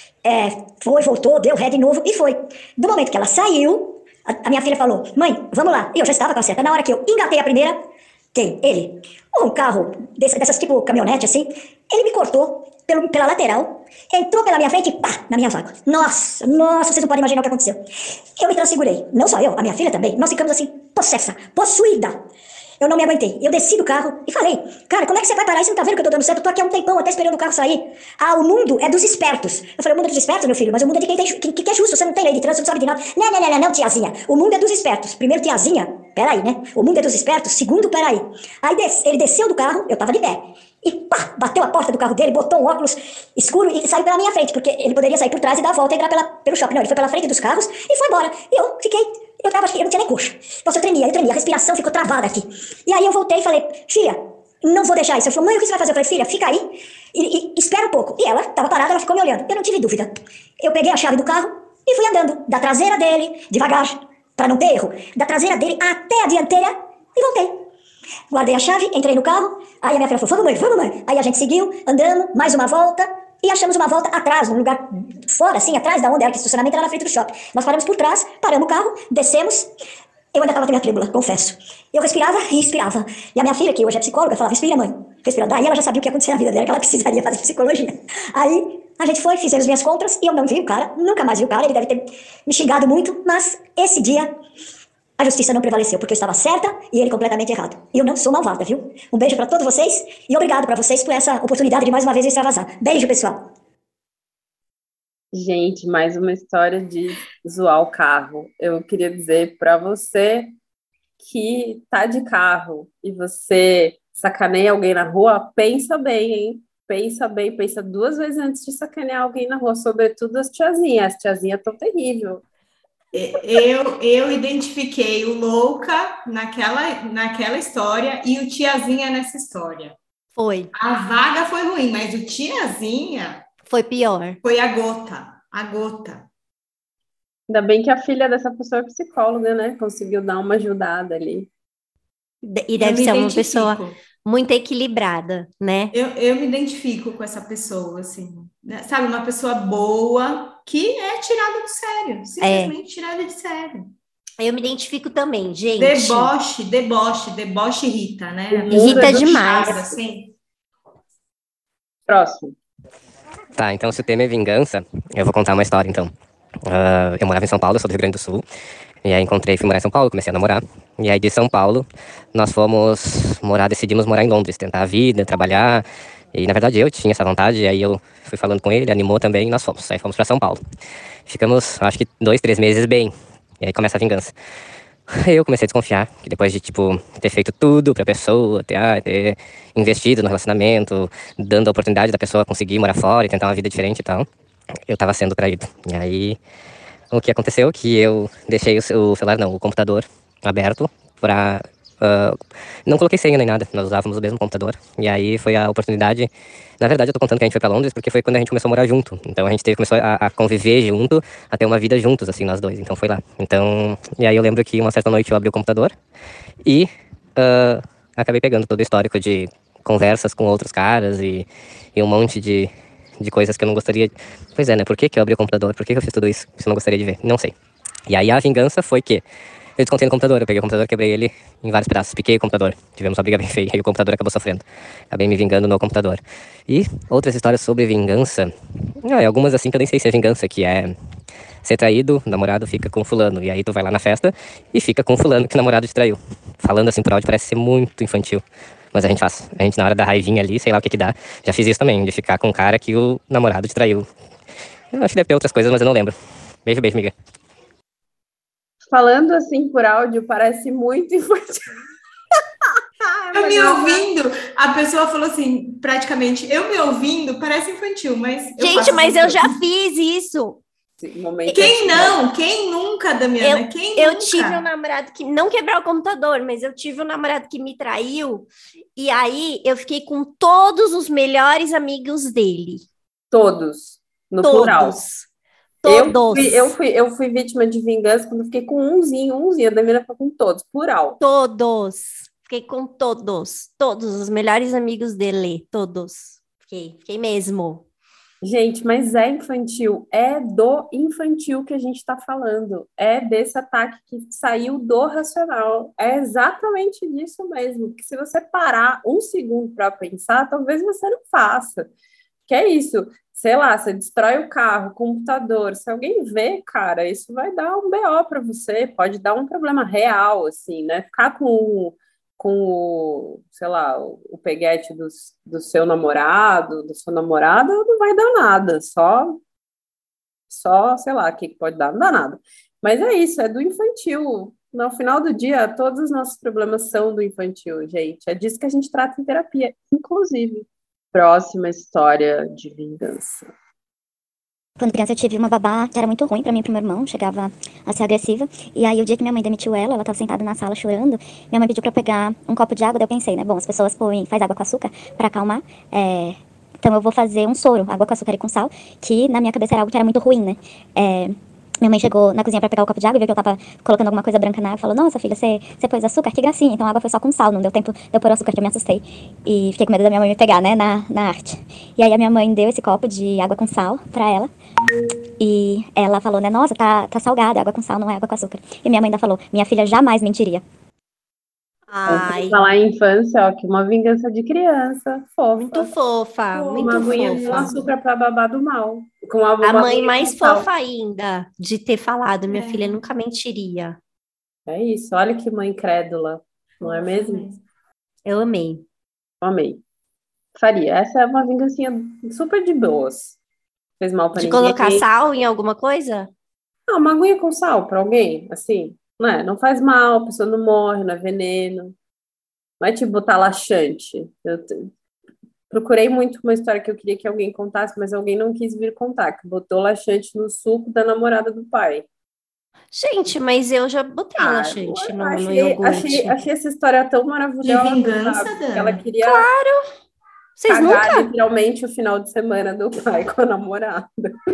voltou, deu ré de novo e foi. Do momento que ela saiu, a minha filha falou, mãe, vamos lá. E eu já estava com a seta. Na hora que eu engatei a primeira, quem? Ele. Um carro dessas tipo caminhonete assim, ele me cortou pela lateral, entrou pela minha frente e pá, na minha vaga. Nossa, vocês não podem imaginar o que aconteceu. Eu me transfigurei, não só eu, a minha filha também. Nós ficamos assim, possessa, possuída. Eu não me aguentei. Eu desci do carro e falei, cara, como é que você vai parar? Você não tá vendo que eu tô dando certo? Eu tô aqui há um tempão, até esperando o carro sair. Ah, o mundo é dos espertos. Eu falei, o mundo é dos espertos, meu filho, mas o mundo é de quem é justo. Você não tem lei de trânsito, não sabe de nada. Não, tiazinha. O mundo é dos espertos. Primeiro, tiazinha, peraí, né? O mundo é dos espertos. Segundo, peraí. Aí ele desceu do carro, eu tava de pé. E pá, bateu a porta do carro dele, botou um óculos escuro e saiu pela minha frente, porque ele poderia sair por trás e dar a volta e entrar pelo shopping. Não, ele foi pela frente dos carros e foi embora. E eu fiquei... Eu não tinha nem coxa. Nossa, eu tremia, a respiração ficou travada aqui. E aí eu voltei e falei, filha, não vou deixar isso. Ela falou, mãe, o que você vai fazer? Eu falei, filha, fica aí e espera um pouco. E ela estava parada, ela ficou me olhando. Eu não tive dúvida. Eu peguei a chave do carro e fui andando da traseira dele, devagar, para não ter erro, da traseira dele até a dianteira e voltei. Guardei a chave, entrei no carro, aí a minha filha falou, vamos mãe. Aí a gente seguiu, andando, mais uma volta, e achamos uma volta atrás, num lugar fora, assim, atrás da onde era que o estacionamento era na frente do shopping. Nós paramos por trás, paramos o carro, descemos, eu ainda estava meio trêmula, confesso. Eu respirava e inspirava. E a minha filha, que hoje é psicóloga, falava, respira mãe, respira. Daí ela já sabia o que ia acontecer na vida dela, que ela precisaria fazer psicologia. Aí a gente foi, fizemos minhas compras, e eu não vi o cara, nunca mais vi o cara, ele deve ter me xingado muito, mas esse dia... A justiça não prevaleceu, porque eu estava certa e ele completamente errado. E eu não sou malvada, viu? Um beijo pra todos vocês e obrigado pra vocês por essa oportunidade de mais uma vez extravasar. Beijo, pessoal. Gente, mais uma história de zoar o carro. Eu queria dizer pra você que tá de carro e você sacaneia alguém na rua, pensa bem, hein? Pensa bem, pensa 2 vezes antes de sacanear alguém na rua, sobretudo as tiazinhas. As tiazinhas tão terrível. Eu identifiquei o louca naquela história e o tiazinha nessa história. Foi. A vaga foi ruim, mas o tiazinha... Foi pior. Foi a gota. Ainda bem que a filha dessa pessoa é psicóloga, né? Conseguiu dar uma ajudada ali. E deve ser uma pessoa muito equilibrada, né? Eu me identifico com essa pessoa, assim, né? Sabe, uma pessoa boa que é tirada do sério, simplesmente tirada de sério. Eu me identifico também, gente. Deboche irrita, né? Irrita demais. Assim. Próximo. Tá, então se o tema é vingança, eu vou contar uma história, então. Eu morava em São Paulo, eu sou do Rio Grande do Sul. E aí fui morar em São Paulo, comecei a namorar. E aí de São Paulo, nós decidimos morar em Londres, tentar a vida, trabalhar. E, na verdade, eu tinha essa vontade, e aí eu fui falando com ele, animou também, e nós fomos. Aí fomos pra São Paulo. Ficamos, acho que 2, 3 meses bem. E aí começa a vingança. Eu comecei a desconfiar, que depois de, tipo, ter feito tudo pra pessoa, ter investido no relacionamento, dando a oportunidade da pessoa conseguir morar fora e tentar uma vida diferente e tal, eu tava sendo traído. E aí, o que aconteceu? Que eu deixei o celular, não, o computador aberto pra... não coloquei senha nem nada, nós usávamos o mesmo computador. E aí foi a oportunidade. Na verdade, eu tô contando que a gente foi pra Londres porque foi quando a gente começou a morar junto. Então a gente começou a conviver junto, a ter uma vida juntos, assim, nós dois. Então foi lá. Então, e aí eu lembro que uma certa noite eu abri o computador e acabei pegando todo o histórico de conversas com outros caras e um monte de coisas que eu não gostaria. Pois é, né? Por que eu abri o computador? Por que eu fiz tudo isso? Se eu não gostaria de ver? Não sei. E aí a vingança foi que eu descontei no computador, eu peguei o computador, quebrei ele em vários pedaços, piquei o computador, tivemos uma briga bem feia e o computador acabou sofrendo. Acabei me vingando no computador. E outras histórias sobre vingança, algumas assim que eu nem sei se é vingança, que é ser traído, o namorado fica com fulano, e aí tu vai lá na festa e fica com fulano que o namorado te traiu. Falando assim por áudio parece ser muito infantil, mas a gente faz. A gente na hora da raivinha ali, sei lá o que dá, já fiz isso também, de ficar com um cara que o namorado te traiu. Eu acho que deve ter outras coisas, mas eu não lembro. Beijo, beijo, amiga. Falando assim por áudio, parece muito infantil. Eu me ouvindo, a pessoa falou assim, praticamente, eu me ouvindo, parece infantil, mas... Gente, mas eu já fiz isso. Quem não? Quem nunca, Damiana? Eu tive um namorado que, não quebrar o computador, mas eu tive um namorado que me traiu, e aí eu fiquei com todos os melhores amigos dele. Todos, no Todos. plural. Todos. Eu fui vítima de vingança quando eu fiquei com umzinho. A Damiana ficou com todos, plural. Todos. Fiquei com todos. Todos os melhores amigos dele. Todos. Fiquei mesmo. Gente, mas é infantil. É do infantil que a gente tá falando. É desse ataque que saiu do racional. É exatamente disso mesmo. Que se você parar um segundo para pensar, talvez você não faça. Que é isso, sei lá, você destrói o carro, o computador, se alguém vê, cara, isso vai dar um BO para você, pode dar um problema real, assim, né? Ficar com o, sei lá, o peguete do seu namorado, da sua namorada, não vai dar nada, só sei lá, o que pode dar, não dá nada. Mas é isso, é do infantil. No final do dia, todos os nossos problemas são do infantil, gente. É disso que a gente trata em terapia, inclusive. Próxima história de vingança. Quando criança eu tive uma babá que era muito ruim pra mim e pro meu irmão, chegava a ser agressiva. E aí o dia que minha mãe demitiu ela tava sentada na sala chorando, minha mãe pediu pra eu pegar um copo de água, daí eu pensei, né, bom, as pessoas faz água com açúcar pra acalmar, então eu vou fazer um soro, água com açúcar e com sal, que na minha cabeça era algo que era muito ruim, né. Minha mãe chegou na cozinha pra pegar o copo de água e viu que eu tava colocando alguma coisa branca na água e falou, nossa filha, você pôs açúcar? Que gracinha. Então a água foi só com sal, não deu tempo de eu pôr o açúcar, que eu me assustei. E fiquei com medo da minha mãe me pegar, né, na arte. E aí a minha mãe deu esse copo de água com sal pra ela. E ela falou, né, nossa, tá salgada, água com sal, não é água com açúcar. E minha mãe ainda falou, minha filha jamais mentiria. Ai. Falar em infância, ó, que uma vingança de criança, fofa. Muito fofa, muito uma aguinha fofa. Com açúcar pra babar do mal. Com a mãe mais fofa ainda, de ter falado, minha filha nunca mentiria. É isso, olha que mãe crédula, não é mesmo? Eu amei. Amei. Faria, essa é uma vingancinha super de boas. Fez mal pra de ninguém. Colocar sal em alguma coisa? Não, uma aguinha com sal pra alguém, assim, não faz mal, a pessoa não morre, não é veneno. Não é tipo botar laxante. Procurei muito uma história que eu queria que alguém contasse, mas alguém não quis vir contar, que botou laxante no suco da namorada do pai. Gente, mas eu já botei laxante no iogurte. Achei essa história tão maravilhosa. De vingança, Dani. Ela queria Vocês cagar nunca? literalmente o final de semana do pai com a namorada.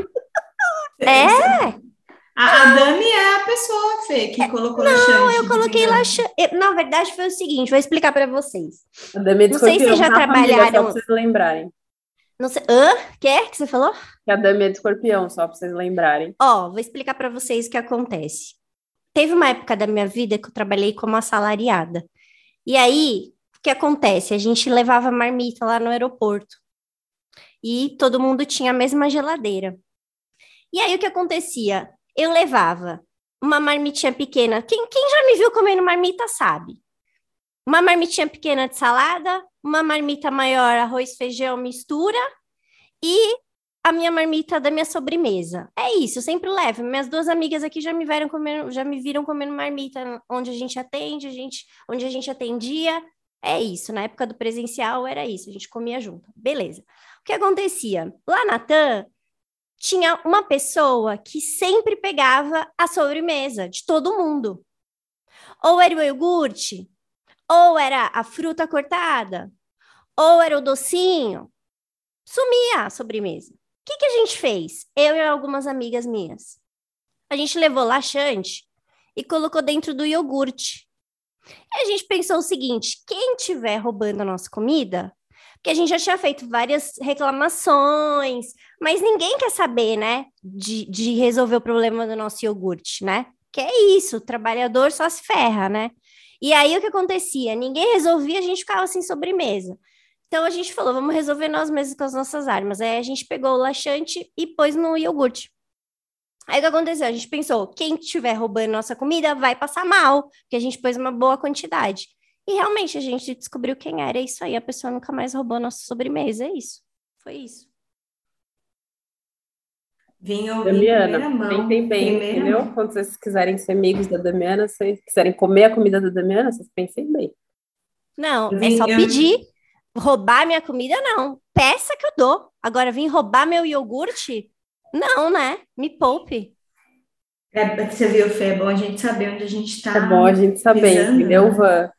A Dani é a pessoa, Fê, que colocou laxante. Não, eu coloquei laxante. Na verdade, foi o seguinte, vou explicar para vocês. A Dami é de não sei se vocês já trabalharam. Só pra vocês lembrarem. Não sei. Que você falou? Que a Dami é de Escorpião, só para vocês lembrarem. Vou explicar para vocês o que acontece. Teve uma época da minha vida que eu trabalhei como assalariada. E aí, o que acontece? A gente levava marmita lá no aeroporto. E todo mundo tinha a mesma geladeira. E aí, o que acontecia? Eu levava uma marmitinha pequena. Quem já me viu comendo marmita sabe. Uma marmitinha pequena de salada, uma marmita maior, arroz, feijão, mistura, e a minha marmita da minha sobremesa. É isso, eu sempre levo. Minhas 2 amigas aqui já me viram comendo marmita onde a gente atende, onde a gente atendia. É isso, na época do presencial era isso, a gente comia junto. Beleza. O que acontecia? Lá na TAM, tinha uma pessoa que sempre pegava a sobremesa de todo mundo. Ou era o iogurte, ou era a fruta cortada, ou era o docinho. Sumia a sobremesa. O que a gente fez? Eu e algumas amigas minhas. A gente levou laxante e colocou dentro do iogurte. E a gente pensou o seguinte, quem estiver roubando a nossa comida, porque a gente já tinha feito várias reclamações, mas ninguém quer saber, né, de resolver o problema do nosso iogurte, né? Que é isso, o trabalhador só se ferra, né? E aí o que acontecia? Ninguém resolvia, a gente ficava sem sobremesa. Então a gente falou, vamos resolver nós mesmos com as nossas armas. Aí a gente pegou o laxante e pôs no iogurte. Aí o que aconteceu? A gente pensou, quem estiver roubando nossa comida vai passar mal, porque a gente pôs uma boa quantidade. E realmente a gente descobriu quem era, é isso aí, a pessoa nunca mais roubou nossa sobremesa, é isso. Foi isso. Vim ouvir Damiana, primeira mão. pensem bem, entendeu? Quando vocês quiserem ser amigos da Damiana, se vocês quiserem comer a comida da Damiana, vocês pensem bem. Não, é só pedir. Roubar minha comida, não. Peça que eu dou. Agora, vir roubar meu iogurte? Não, né? Me poupe. Você viu, Fê? É bom a gente saber onde a gente está. É bom a gente saber, entendeu, Van?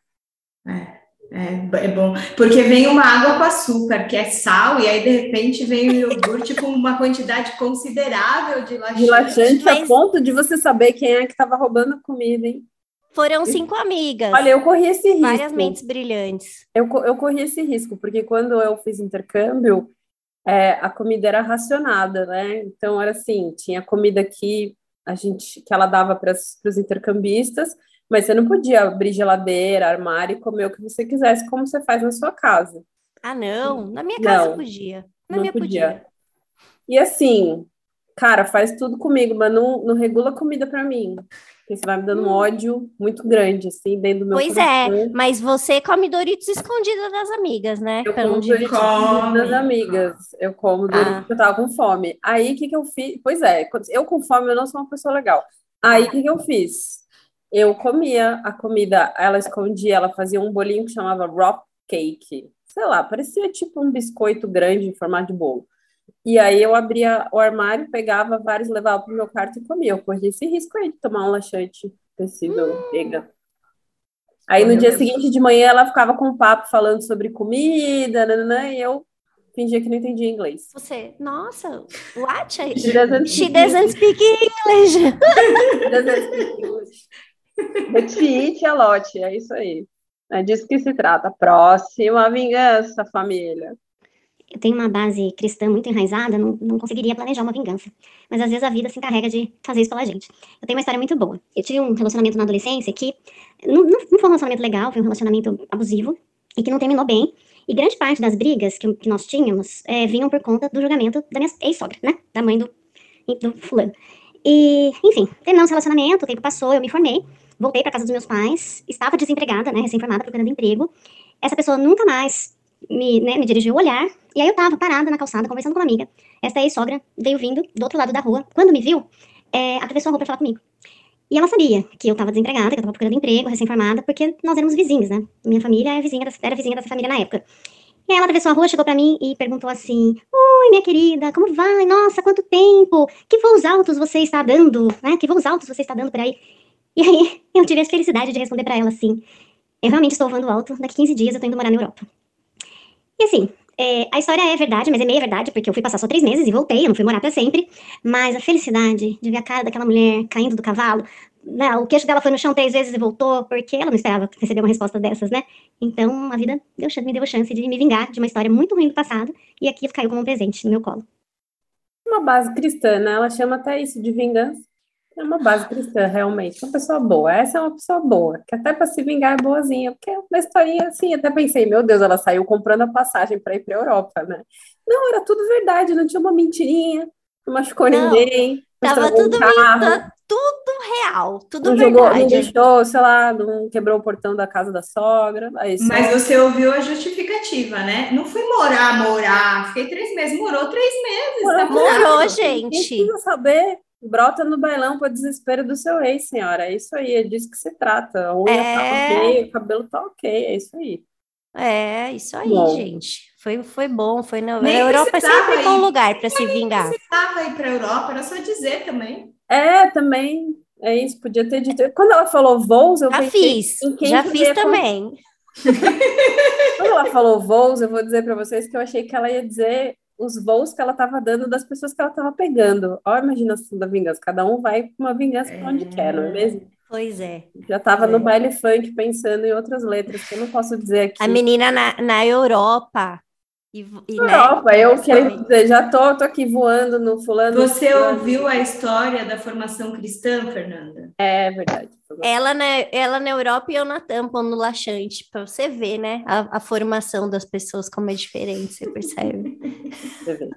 É bom. Porque vem uma água com açúcar, que é sal, e aí, de repente, vem o iogurte com uma quantidade considerável de laxante. De laxante a ponto de você saber quem é que estava roubando a comida, hein? Foram 5 amigas. Olha, eu corri esse risco. Várias mentes brilhantes. Eu corri esse risco, porque quando eu fiz intercâmbio, a comida era racionada, né? Então, era assim, tinha comida que ela dava para os intercambistas, mas você não podia abrir geladeira, armário e comer o que você quisesse, como você faz na sua casa. Ah, não? Na minha casa podia. Na minha podia. E assim, cara, faz tudo comigo, mas não regula comida para mim. Porque você vai me dando um ódio muito grande, assim, dentro do meu coração. Pois é, mas você come Doritos escondida das amigas, né? Eu como Doritos escondida das amigas. Eu como Doritos porque eu tava com fome. Aí, o que eu fiz? Pois é, eu com fome, eu não sou uma pessoa legal. Aí, o que eu fiz? Eu comia a comida, ela escondia, ela fazia um bolinho que chamava rock cake. Sei lá, parecia tipo um biscoito grande em formato de bolo. E aí eu abria o armário, pegava vários, levava para o meu quarto e comia. Eu corria esse risco aí de tomar um laxante tecido pega. Aí no dia seguinte de manhã ela ficava com um papo falando sobre comida, nananã, e eu fingia que não entendia inglês. Você, nossa, what? She doesn't speak English. She doesn't speak English. But she eat a lot, é isso aí. É disso que se trata. Próxima vingança, família. Eu tenho uma base cristã muito enraizada, não conseguiria planejar uma vingança. Mas às vezes a vida se encarrega de fazer isso pela gente. Eu tenho uma história muito boa. Eu tive um relacionamento na adolescência que não foi um relacionamento legal, foi um relacionamento abusivo e que não terminou bem. E grande parte das brigas que nós tínhamos vinham por conta do julgamento da minha ex-sogra, né? Da mãe do fulano. E, enfim, terminamos o relacionamento, o tempo passou, eu me formei, voltei para casa dos meus pais, estava desempregada, né? Recém-formada, procurando emprego. Essa pessoa nunca mais me dirigiu o olhar, e aí eu tava parada na calçada, conversando com uma amiga. Essa ex-sogra veio vindo do outro lado da rua. Quando me viu, atravessou a rua pra falar comigo. E ela sabia que eu tava desempregada, que eu tava procurando emprego, recém-formada, porque nós éramos vizinhos, né? Minha família era vizinha dessa família na época. E aí ela atravessou a rua, chegou pra mim e perguntou assim: oi, minha querida, como vai? Nossa, quanto tempo! Que voos altos você está dando, né? Que voos altos você está dando por aí? E aí eu tive a felicidade de responder pra ela assim: eu realmente estou voando alto, daqui 15 dias eu tô indo morar na Europa. E assim, a história é verdade, mas é meia verdade, porque eu fui passar só 3 meses e voltei, eu não fui morar pra sempre. Mas a felicidade de ver a cara daquela mulher caindo do cavalo, né, o queixo dela foi no chão 3 vezes e voltou, porque ela não esperava receber uma resposta dessas, né? Então a vida me deu a chance de me vingar de uma história muito ruim do passado, e aqui caiu como um presente no meu colo. Uma base cristã, né? Ela chama até isso de vingança. É uma base cristã, realmente. Uma pessoa boa. Essa é uma pessoa boa, que até para se vingar é boazinha. Porque na historinha, assim, até pensei, meu Deus, ela saiu comprando a passagem para ir para a Europa, né? Não, era tudo verdade, não tinha uma mentirinha, não machucou ninguém. Tava real, tudo Não verdade. não deixou, sei lá, não quebrou o portão da casa da sogra. Mas você ouviu a justificativa, né? Não fui morar. Fiquei 3 meses. Morou 3 meses. Morou, Quem gente. precisa saber? Brota no bailão para desespero do seu ex, senhora. É isso aí, é disso que se trata. A unha tá ok, o cabelo tá ok, é isso aí. É, isso aí, Bom. gente. Foi bom, foi na Nem Europa é precisava sempre bom ir. lugar para se Nem vingar. precisava ir para a Europa, era só dizer também. Também, é isso, podia ter dito. Quando ela falou voos, eu pensei em quem já poderia fiz também. Quando ela falou voos, eu vou dizer para vocês que eu achei que ela ia dizer os voos que ela estava dando das pessoas que ela estava pegando. Olha a imaginação da vingança. Cada um vai com uma vingança para onde quer, não é mesmo? Pois é. Já estava no baile funk pensando em outras letras que eu não posso dizer aqui. A menina na Europa. Europa, eu quero dizer, já tô aqui voando no fulano. Você ouviu a história da formação cristã, Fernanda? É verdade. Ela na Europa e eu na Tampa, no laxante, para você ver, né? A formação das pessoas como é diferente, você percebe? Você vê.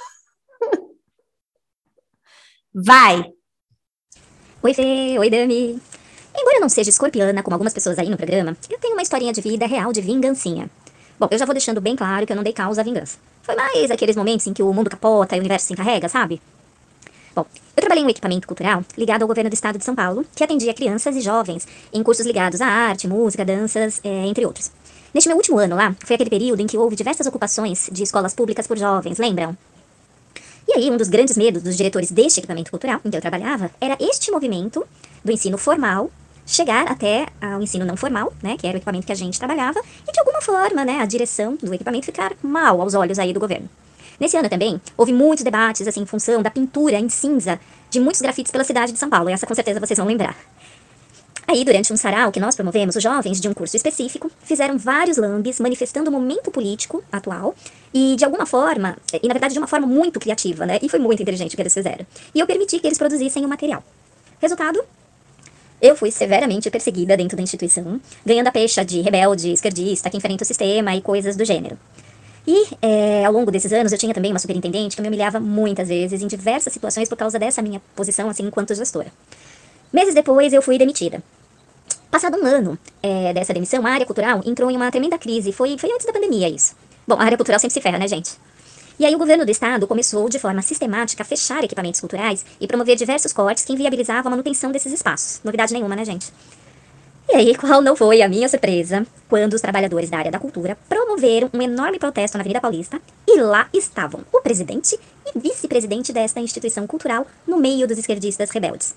Vai! Oi, Fê. Oi, Dami. Embora eu não seja escorpiana, como algumas pessoas aí no programa, eu tenho uma historinha de vida real de vingancinha. Bom, eu já vou deixando bem claro que eu não dei causa à vingança. Foi mais aqueles momentos em que o mundo capota e o universo se encarrega, sabe? Bom, eu trabalhei em um equipamento cultural ligado ao governo do estado de São Paulo, que atendia crianças e jovens em cursos ligados à arte, música, danças, entre outros. Neste meu último ano lá, foi aquele período em que houve diversas ocupações de escolas públicas por jovens, lembram? E aí, um dos grandes medos dos diretores deste equipamento cultural em que eu trabalhava era este movimento do ensino formal chegar até ao ensino não formal, né, que era o equipamento que a gente trabalhava, e de alguma forma, né, a direção do equipamento ficar mal aos olhos aí do governo. Nesse ano também, houve muitos debates, assim, em função da pintura em cinza de muitos grafites pela cidade de São Paulo, e essa com certeza vocês vão lembrar. Aí, durante um sarau que nós promovemos, os jovens de um curso específico fizeram vários lambes manifestando o momento político atual e, de alguma forma, e na verdade de uma forma muito criativa, né, e foi muito inteligente o que eles fizeram. E eu permiti que eles produzissem o material. Resultado? Eu fui severamente perseguida dentro da instituição, ganhando a pecha de rebelde, esquerdista, que enfrenta o sistema e coisas do gênero. E, ao longo desses anos, eu tinha também uma superintendente que me humilhava muitas vezes, em diversas situações, por causa dessa minha posição, assim, enquanto gestora. Meses depois, eu fui demitida. Passado um ano dessa demissão, a área cultural entrou em uma tremenda crise. Foi antes da pandemia isso. Bom, a área cultural sempre se ferra, né, gente? E aí o governo do estado começou de forma sistemática a fechar equipamentos culturais e promover diversos cortes que inviabilizavam a manutenção desses espaços. Novidade nenhuma, né, gente? E aí, qual não foi a minha surpresa quando os trabalhadores da área da cultura promoveram um enorme protesto na Avenida Paulista e lá estavam o presidente e vice-presidente desta instituição cultural no meio dos esquerdistas rebeldes.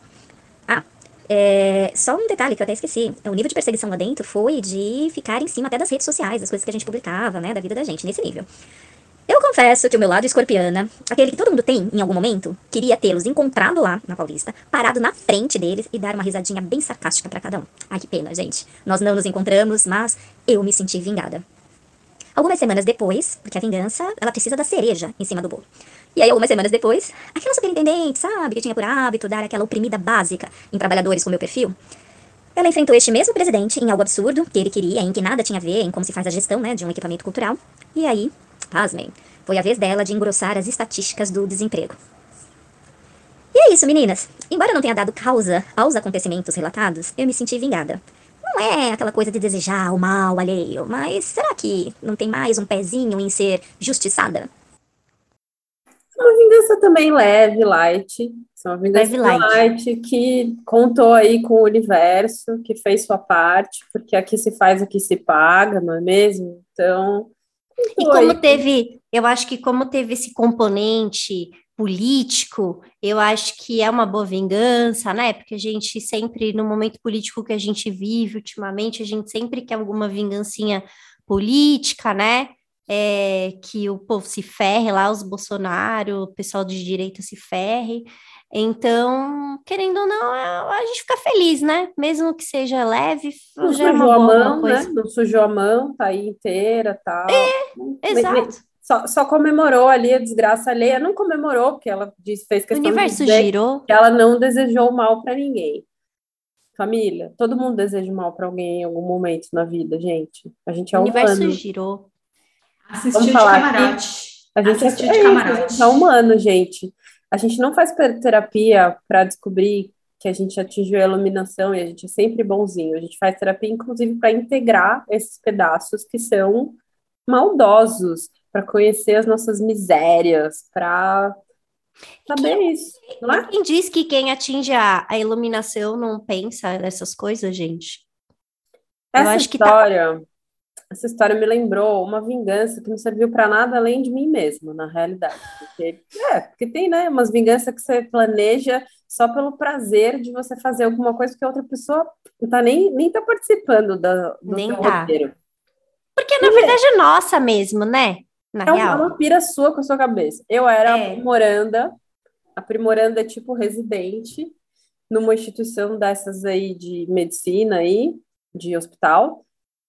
Só um detalhe que eu até esqueci. O nível de perseguição lá dentro foi de ficar em cima até das redes sociais, das coisas que a gente publicava, né, da vida da gente, nesse nível. Eu confesso que o meu lado escorpiana, aquele que todo mundo tem em algum momento, queria tê-los encontrado lá na Paulista, parado na frente deles e dar uma risadinha bem sarcástica pra cada um. Ai, que pena, gente. Nós não nos encontramos, mas eu me senti vingada. Algumas semanas depois, porque a vingança, ela precisa da cereja em cima do bolo. E aí, algumas semanas depois, aquela superintendente, sabe, que tinha por hábito dar aquela oprimida básica em trabalhadores com meu perfil, ela enfrentou este mesmo presidente em algo absurdo, que ele queria, em que nada tinha a ver, em como se faz a gestão, né, de um equipamento cultural. E aí, pasmem, foi a vez dela de engrossar as estatísticas do desemprego. E é isso, meninas. Embora eu não tenha dado causa aos acontecimentos relatados, eu me senti vingada. Não é aquela coisa de desejar o mal alheio, mas será que não tem mais um pezinho em ser justiçada? Uma vingança também leve, light. Uma vingança light que contou aí com o universo, que fez sua parte, porque aqui se faz o que se paga, não é mesmo? Então... E como eu acho que como teve esse componente político, eu acho que é uma boa vingança, né? Porque a gente sempre, no momento político que a gente vive ultimamente, a gente sempre quer alguma vingancinha política, né? Que o povo se ferre lá, os Bolsonaro, o pessoal de direita se ferre. Então, querendo ou não, a gente fica feliz, né? Mesmo que seja leve, não já é uma boa boa mão, coisa. Né? Não sujou a mão, tá aí inteira, tal. Exato. Só comemorou ali a desgraça alheia. Não comemorou, porque ela fez questão o universo de dizer girou. que ela não desejou mal para ninguém. Família, todo mundo deseja mal para alguém em algum momento na vida, gente. A gente é humano. O universo girou. Assistiu de camarote. A gente é humano, gente. A gente não faz terapia para descobrir que a gente atingiu a iluminação e a gente é sempre bonzinho. A gente faz terapia, inclusive, para integrar esses pedaços que são maldosos, para conhecer as nossas misérias, para saber isso, não é? Quem diz que quem atinge a iluminação não pensa nessas coisas, gente? Eu Essa acho que essa história me lembrou uma vingança que não serviu para nada além de mim mesma, na realidade. Porque tem, né, umas vinganças que você planeja só pelo prazer de você fazer alguma coisa que a outra pessoa não tá nem tá participando do nem teu tá. roteiro. Porque, na verdade, é nossa mesmo, né? Na É real. uma pira sua com a sua cabeça. Eu era aprimoranda é tipo residente numa instituição dessas aí de medicina aí, de hospital,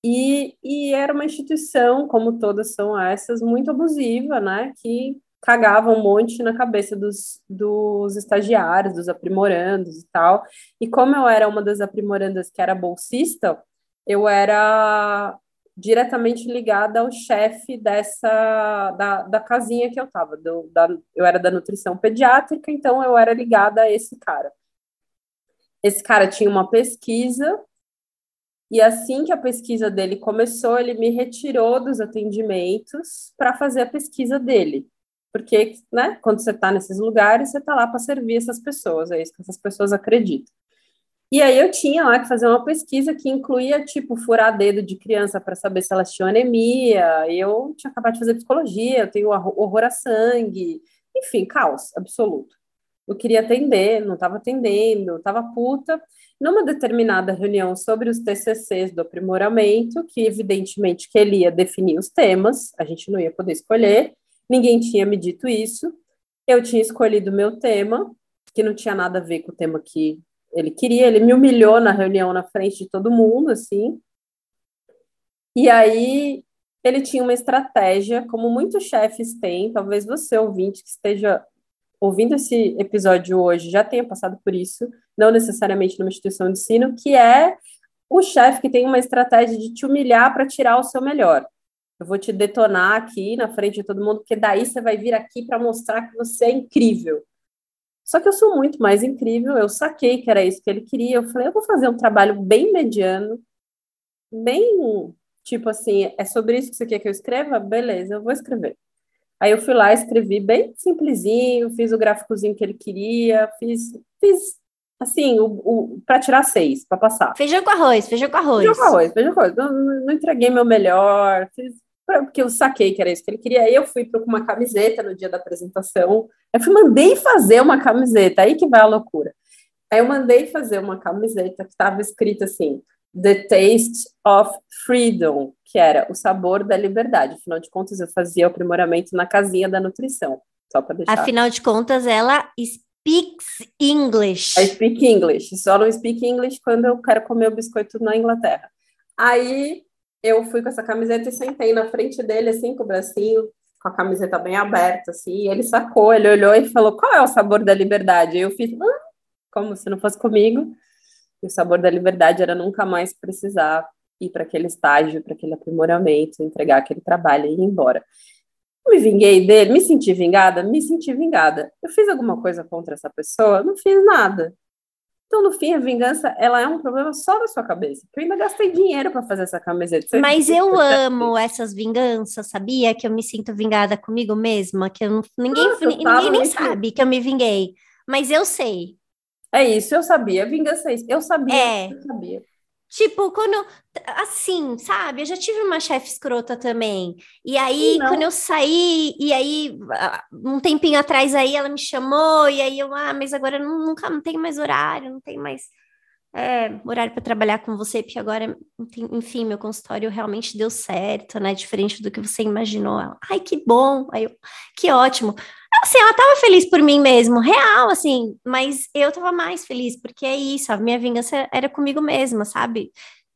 e era uma instituição, como todas são essas, muito abusiva, né, que cagava um monte na cabeça dos estagiários, dos aprimorandos e tal, e como eu era uma das aprimorandas que era bolsista, eu era diretamente ligada ao chefe da casinha que eu estava, eu era da nutrição pediátrica, então eu era ligada a esse cara. Esse cara tinha uma pesquisa, e assim que a pesquisa dele começou, ele me retirou dos atendimentos para fazer a pesquisa dele. Porque, né, quando você está nesses lugares, você está lá para servir essas pessoas, é isso que essas pessoas acreditam. E aí eu tinha lá que fazer uma pesquisa que incluía, tipo, furar dedo de criança para saber se elas tinham anemia, eu tinha acabado de fazer psicologia, eu tenho horror a sangue, enfim, caos absoluto. Eu queria atender, não estava atendendo, estava puta. Numa determinada reunião sobre os TCCs do aprimoramento, que evidentemente que ele ia definir os temas, a gente não ia poder escolher, ninguém tinha me dito isso, eu tinha escolhido o meu tema, que não tinha nada a ver com o tema que ele queria, ele me humilhou na reunião na frente de todo mundo, assim, e aí ele tinha uma estratégia, como muitos chefes têm, talvez você, ouvinte, que esteja ouvindo esse episódio hoje, já tenha passado por isso, não necessariamente numa instituição de ensino, que é o chefe que tem uma estratégia de te humilhar para tirar o seu melhor. Eu vou te detonar aqui na frente de todo mundo, porque daí você vai vir aqui para mostrar que você é incrível. Só que eu sou muito mais incrível, eu saquei que era isso que ele queria, eu falei, eu vou fazer um trabalho bem mediano, bem, tipo assim, é sobre isso que você quer que eu escreva? Beleza, eu vou escrever. Aí eu fui lá, escrevi bem simplesinho, fiz o gráficozinho que ele queria, fiz assim, para tirar 6, para passar. Feijão com arroz. Feijão com arroz. Não entreguei meu melhor, porque eu saquei que era isso que ele queria. Aí eu fui com uma camiseta no dia da apresentação. Mandei fazer uma camiseta, aí que vai a loucura. Aí eu mandei fazer uma camiseta que estava escrita assim, The Taste of Freedom, que era o sabor da liberdade. Afinal de contas, eu fazia o aprimoramento na casinha da nutrição, só para deixar. Afinal de contas, ela speaks English. I speak English. Só não speak English quando eu quero comer o biscoito na Inglaterra. Aí eu fui com essa camiseta e sentei na frente dele, assim, com o bracinho, com a camiseta bem aberta, assim, e ele sacou, ele olhou e falou, qual é o sabor da liberdade? Aí eu fiz, como se não fosse comigo. E o sabor da liberdade era nunca mais precisar ir para aquele estágio, para aquele aprimoramento, entregar aquele trabalho e ir embora. Me vinguei dele, me senti vingada? Me senti vingada. Eu fiz alguma coisa contra essa pessoa? Não fiz nada. Então, no fim, a vingança, ela é um problema só da sua cabeça. Eu ainda gastei dinheiro para fazer essa camiseta. Mas eu amo essas vinganças, sabia? Que eu me sinto vingada comigo mesma, que eu não, ninguém nem sabe que eu me vinguei. Mas eu sei. É isso, eu sabia. Vingança é isso. Eu sabia. Tipo, quando... Assim, sabe? Eu já tive uma chefe escrota também. E aí, quando eu saí... E aí, um tempinho atrás aí, ela me chamou. E aí eu... mas agora eu não tenho mais horário. Não tenho mais horário para trabalhar com você. Porque agora, enfim, meu consultório realmente deu certo, né? Diferente do que você imaginou. Ela, ai, que bom. Aí eu, que ótimo. Assim, ela tava feliz por mim mesmo, real, assim, mas eu tava mais feliz, porque é isso, a minha vingança era comigo mesma, sabe?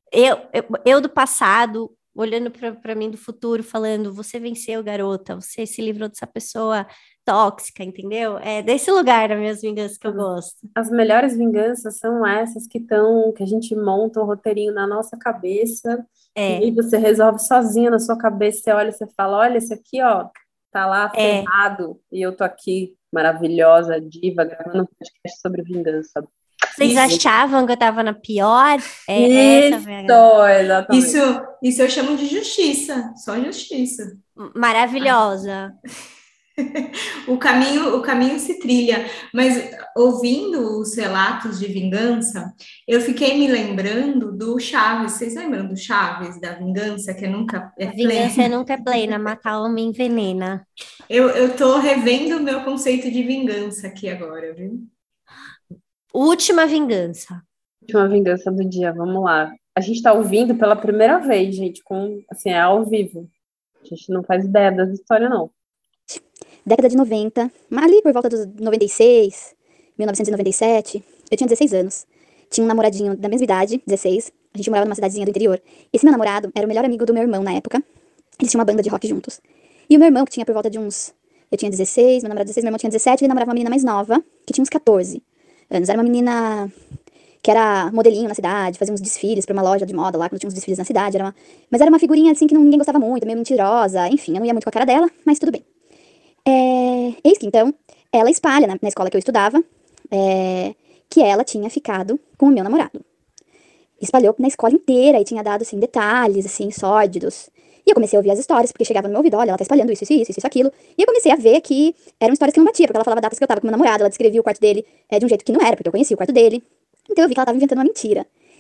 Eu do passado, olhando para mim do futuro, falando, você venceu, garota, você se livrou dessa pessoa tóxica, entendeu? É desse lugar as minhas vinganças que eu gosto. As melhores vinganças são essas que a gente monta um roteirinho na nossa cabeça, e aí você resolve sozinho na sua cabeça, você olha e você fala, olha, esse aqui, ó, tá lá ferrado, e eu tô aqui, maravilhosa, diva, gravando um podcast sobre vingança. Vocês achavam que eu tava na pior? Exatamente. Isso eu chamo de justiça, só justiça. Maravilhosa. O caminho se trilha, mas ouvindo os relatos de vingança, eu fiquei me lembrando do Chaves. Vocês lembram do Chaves, da vingança, que nunca é plena? Vingança nunca é plena, matar homem envenena. Eu tô revendo o meu conceito de vingança aqui agora, viu? Última vingança. Última vingança do dia, vamos lá. A gente tá ouvindo pela primeira vez, gente, assim, é ao vivo. A gente não faz ideia das histórias, não. Década de 90, ali por volta dos 96, 1997, eu tinha 16 anos. Tinha um namoradinho da mesma idade, 16, a gente morava numa cidadezinha do interior. Esse meu namorado era o melhor amigo do meu irmão na época. Eles tinham uma banda de rock juntos. E o meu irmão, que tinha por volta de uns... Eu tinha 16, meu namorado 16, meu irmão tinha 17, ele namorava uma menina mais nova, que tinha uns 14 anos. Era uma menina que era modelinho na cidade, fazia uns desfiles pra uma loja de moda lá, quando tinha uns desfiles na cidade. Mas era uma figurinha assim que ninguém gostava muito, meio mentirosa. Enfim, eu não ia muito com a cara dela, mas tudo bem. Eis que então, ela espalha na escola que eu estudava, que ela tinha ficado com o meu namorado. Espalhou na escola inteira e tinha dado, assim, detalhes, assim, sórdidos. E eu comecei a ouvir as histórias, porque chegava no meu ouvido, olha, ela tá espalhando isso, aquilo. E eu comecei a ver que eram histórias que não batiam, porque ela falava datas que eu tava com o meu namorado, ela descrevia o quarto dele de um jeito que não era, porque eu conhecia o quarto dele. Então eu vi que ela tava inventando uma mentira.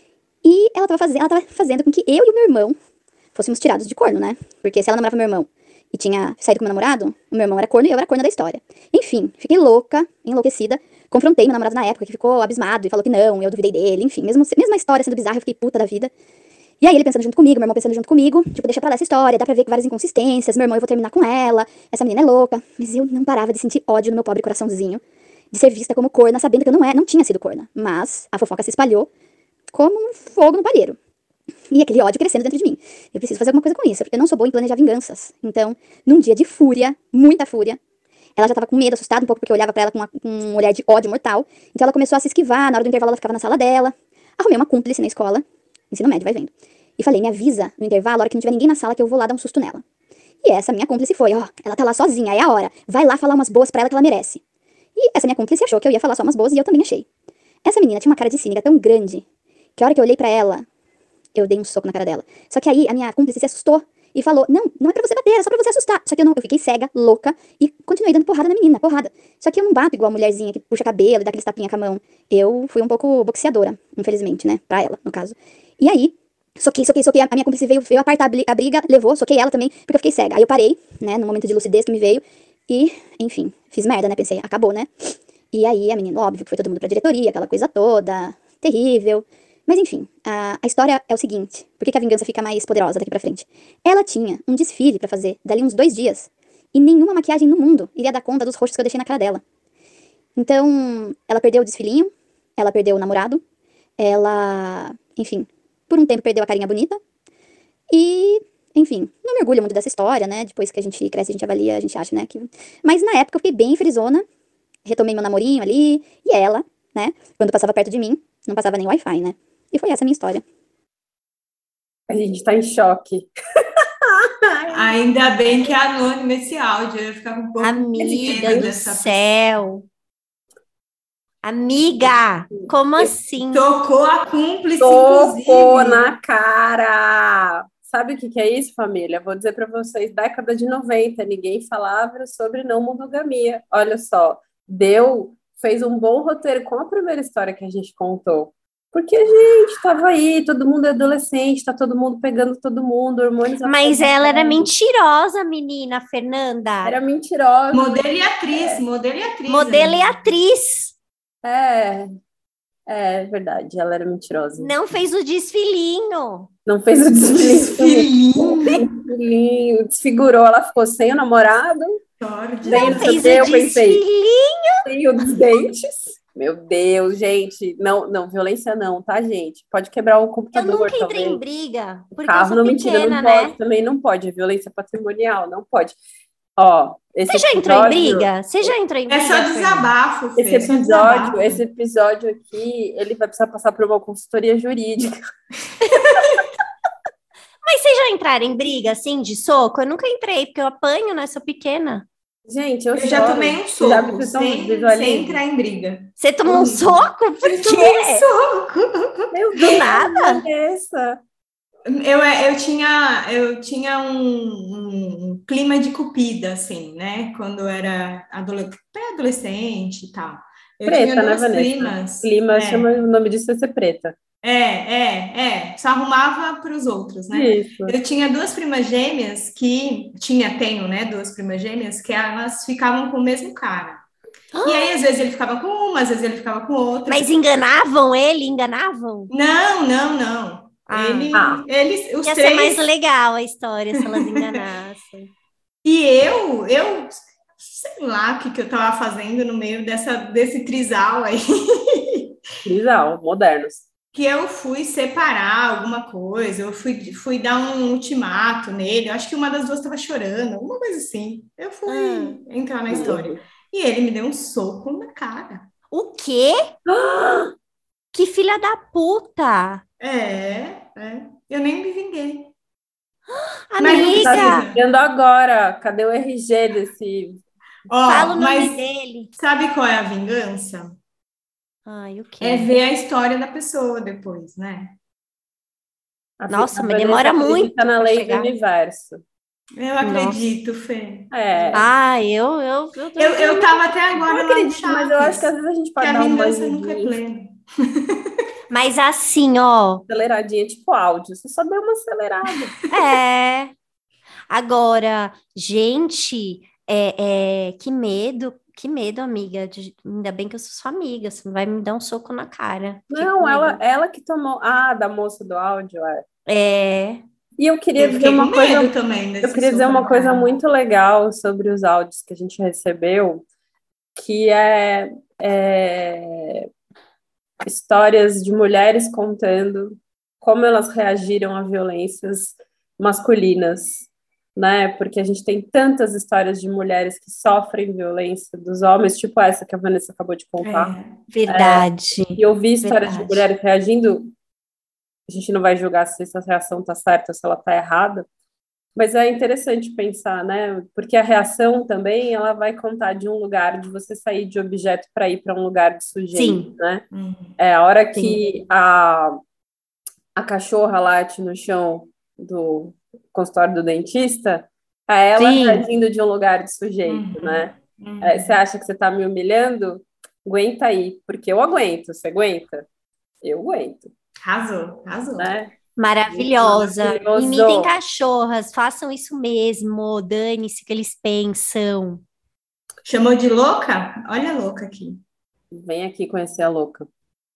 E ela tava fazendo com que eu e o meu irmão fôssemos tirados de corno, né? Porque se ela namorava meu irmão e tinha saído com meu namorado, o meu irmão era corno e eu era corna da história. Enfim, fiquei louca, enlouquecida, confrontei meu namorado na época, que ficou abismado e falou que não, eu duvidei dele, enfim, mesmo a história sendo bizarra, eu fiquei puta da vida. E aí ele pensando junto comigo, meu irmão pensando junto comigo, tipo, deixa pra lá essa história, dá pra ver que várias inconsistências, meu irmão, eu vou terminar com ela, essa menina é louca. Mas eu não parava de sentir ódio no meu pobre coraçãozinho, de ser vista como corna, sabendo que eu não tinha sido corna. Mas a fofoca se espalhou como um fogo no palheiro. E aquele ódio crescendo dentro de mim. Eu preciso fazer alguma coisa com isso, porque eu não sou boa em planejar vinganças. Então, num dia de fúria, muita fúria, ela já tava com medo, assustada um pouco, porque eu olhava pra ela com um olhar de ódio mortal. Então ela começou a se esquivar, na hora do intervalo ela ficava na sala dela. Arrumei uma cúmplice na escola, ensino médio, vai vendo. E falei, me avisa no intervalo, a hora que não tiver ninguém na sala, que eu vou lá dar um susto nela. E essa minha cúmplice foi, ela tá lá sozinha, é a hora. Vai lá falar umas boas pra ela que ela merece. E essa minha cúmplice achou que eu ia falar só umas boas e eu também achei. Essa menina tinha uma cara de cínica tão grande, que a hora que eu olhei pra ela, eu dei um soco na cara dela. Só que aí a minha cúmplice se assustou e falou, não é pra você bater, é só pra você assustar. Só que eu fiquei cega, louca, e continuei dando porrada na menina, porrada. Só que eu não bato igual a mulherzinha que puxa cabelo e dá aqueles tapinha com a mão. Eu fui um pouco boxeadora, infelizmente, né, pra ela, no caso. E aí, soquei, a minha cúmplice veio apartar a briga, levou, soquei ela também, porque eu fiquei cega. Aí eu parei, né, no momento de lucidez que me veio, e, enfim, fiz merda, né, pensei, acabou, né. E aí a menina, óbvio, que foi todo mundo pra diretoria, aquela coisa toda, terrível. Mas enfim, a história é o seguinte, por que a vingança fica mais poderosa daqui pra frente? Ela tinha um desfile pra fazer dali uns 2 dias, e nenhuma maquiagem no mundo iria dar conta dos rostos que eu deixei na cara dela. Então, ela perdeu o desfilinho, ela perdeu o namorado, ela, enfim, por um tempo perdeu a carinha bonita, e, enfim, não me orgulho muito dessa história, né, depois que a gente cresce, a gente avalia, a gente acha, né, que... Mas na época eu fiquei bem frisona, retomei meu namorinho ali, e ela, né, quando passava perto de mim, não passava nem Wi-Fi, né. E foi essa a minha história. A gente tá em choque. Ainda bem que é anônimo esse áudio. Eu ia ficar um pouco... Amiga do céu. Amiga, como assim? Tocou a cúmplice, Tocou na cara. Sabe o que é isso, família? Vou dizer pra vocês, década de 90, ninguém falava sobre não monogamia. Olha só, fez um bom roteiro com a primeira história que a gente contou. Porque a gente tava aí, todo mundo é adolescente, tá todo mundo pegando todo mundo, hormônios... Mas ela era mentirosa, menina, Fernanda. Era mentirosa. Modelo e atriz, modelo e atriz. Modelo e atriz. É verdade, ela era mentirosa. Não fez o desfilinho. Não fez o desfilinho. Desfigurou, ela ficou sem o namorado. Não fez o desfilinho. Sem os dentes. Meu Deus, gente, não, violência não, tá, gente? Pode quebrar o computador, eu nunca talvez. Entrei em briga, porque carro, eu sou não, pequena, mentira, não né? pode, também não pode, é violência patrimonial, não pode. Ó, Você já entrou em briga? Você já entrou em briga? É só desabafo, Fê, esse episódio aqui, ele vai precisar passar por uma consultoria jurídica. Mas vocês já entraram em briga, assim, de soco? Eu nunca entrei, porque eu apanho, né? Sou pequena. Gente, eu já choro. tomei um Já soco, vocês sem entrar em briga. Você tomou um soco? Por Eu tomei um quê? soco. Meu Do Deus, nada? Vanessa. Eu tinha um clima de cupida, assim, né? Quando eu era pré-adolescente e tal. Eu tinha Preta, né, duas Vanessa? primas. Clima, chama, o nome disso é ser preta. Só arrumava para os outros, né? Isso. Eu tinha duas primas gêmeas tenho, né? Duas primas gêmeas que elas ficavam com o mesmo cara. E aí, às vezes, ele ficava com uma, às vezes ele ficava com outra. Mas enganavam ele? Enganavam? Não. Eles, os Ia três... ser mais legal a história se elas enganassem. E eu sei lá o que eu tava fazendo no meio desse trisal aí. Trisal, modernos. Que eu fui separar alguma coisa, eu fui dar um ultimato nele, eu acho que uma das duas estava chorando, alguma coisa assim. Eu fui entrar na história. E ele me deu um soco na cara. O quê? Que filha da puta! Eu nem me vinguei. Amiga! Tá se vendo agora. Cadê o RG desse... Fala o nome dele. Sabe qual é a vingança? Ai, o quê? É ver a história da pessoa depois, né? Nossa, mas demora muito tá na lei chegar. do universo. Eu acredito, Fê. Eu tava até agora não acredito, mas eu acho que às vezes a gente pode dar uma vingança nunca é plena. Mas assim, ó... Aceleradinha, tipo áudio. Você só deu uma acelerada. Agora, gente, que medo, amiga. Ainda bem que eu sou sua amiga, você não vai me dar um soco na cara. Não, ela que tomou... Ah, da moça do áudio, E eu queria dizer uma coisa também. Eu queria dizer uma coisa muito legal sobre os áudios que a gente recebeu, que é histórias de mulheres contando como elas reagiram a violências masculinas, né? Porque a gente tem tantas histórias de mulheres que sofrem violência dos homens, tipo essa que a Vanessa acabou de contar. Verdade. E ouvir histórias de mulheres reagindo, a gente não vai julgar se essa reação está certa ou se ela está errada, mas é interessante pensar, né? Porque a reação também, ela vai contar de um lugar de você sair de objeto para ir para um lugar de sujeito, né? É a hora que a cachorra late no chão do consultório do dentista, é ela reagindo de um lugar de sujeito, né? Você acha que você está me humilhando? Aguenta aí, porque eu aguento. Você aguenta? Eu aguento. Arrasou. Né? Maravilhosa. Imitem cachorras, façam isso mesmo. Dane-se o que eles pensam. Chamou de louca? Olha a louca aqui. Vem aqui conhecer a louca.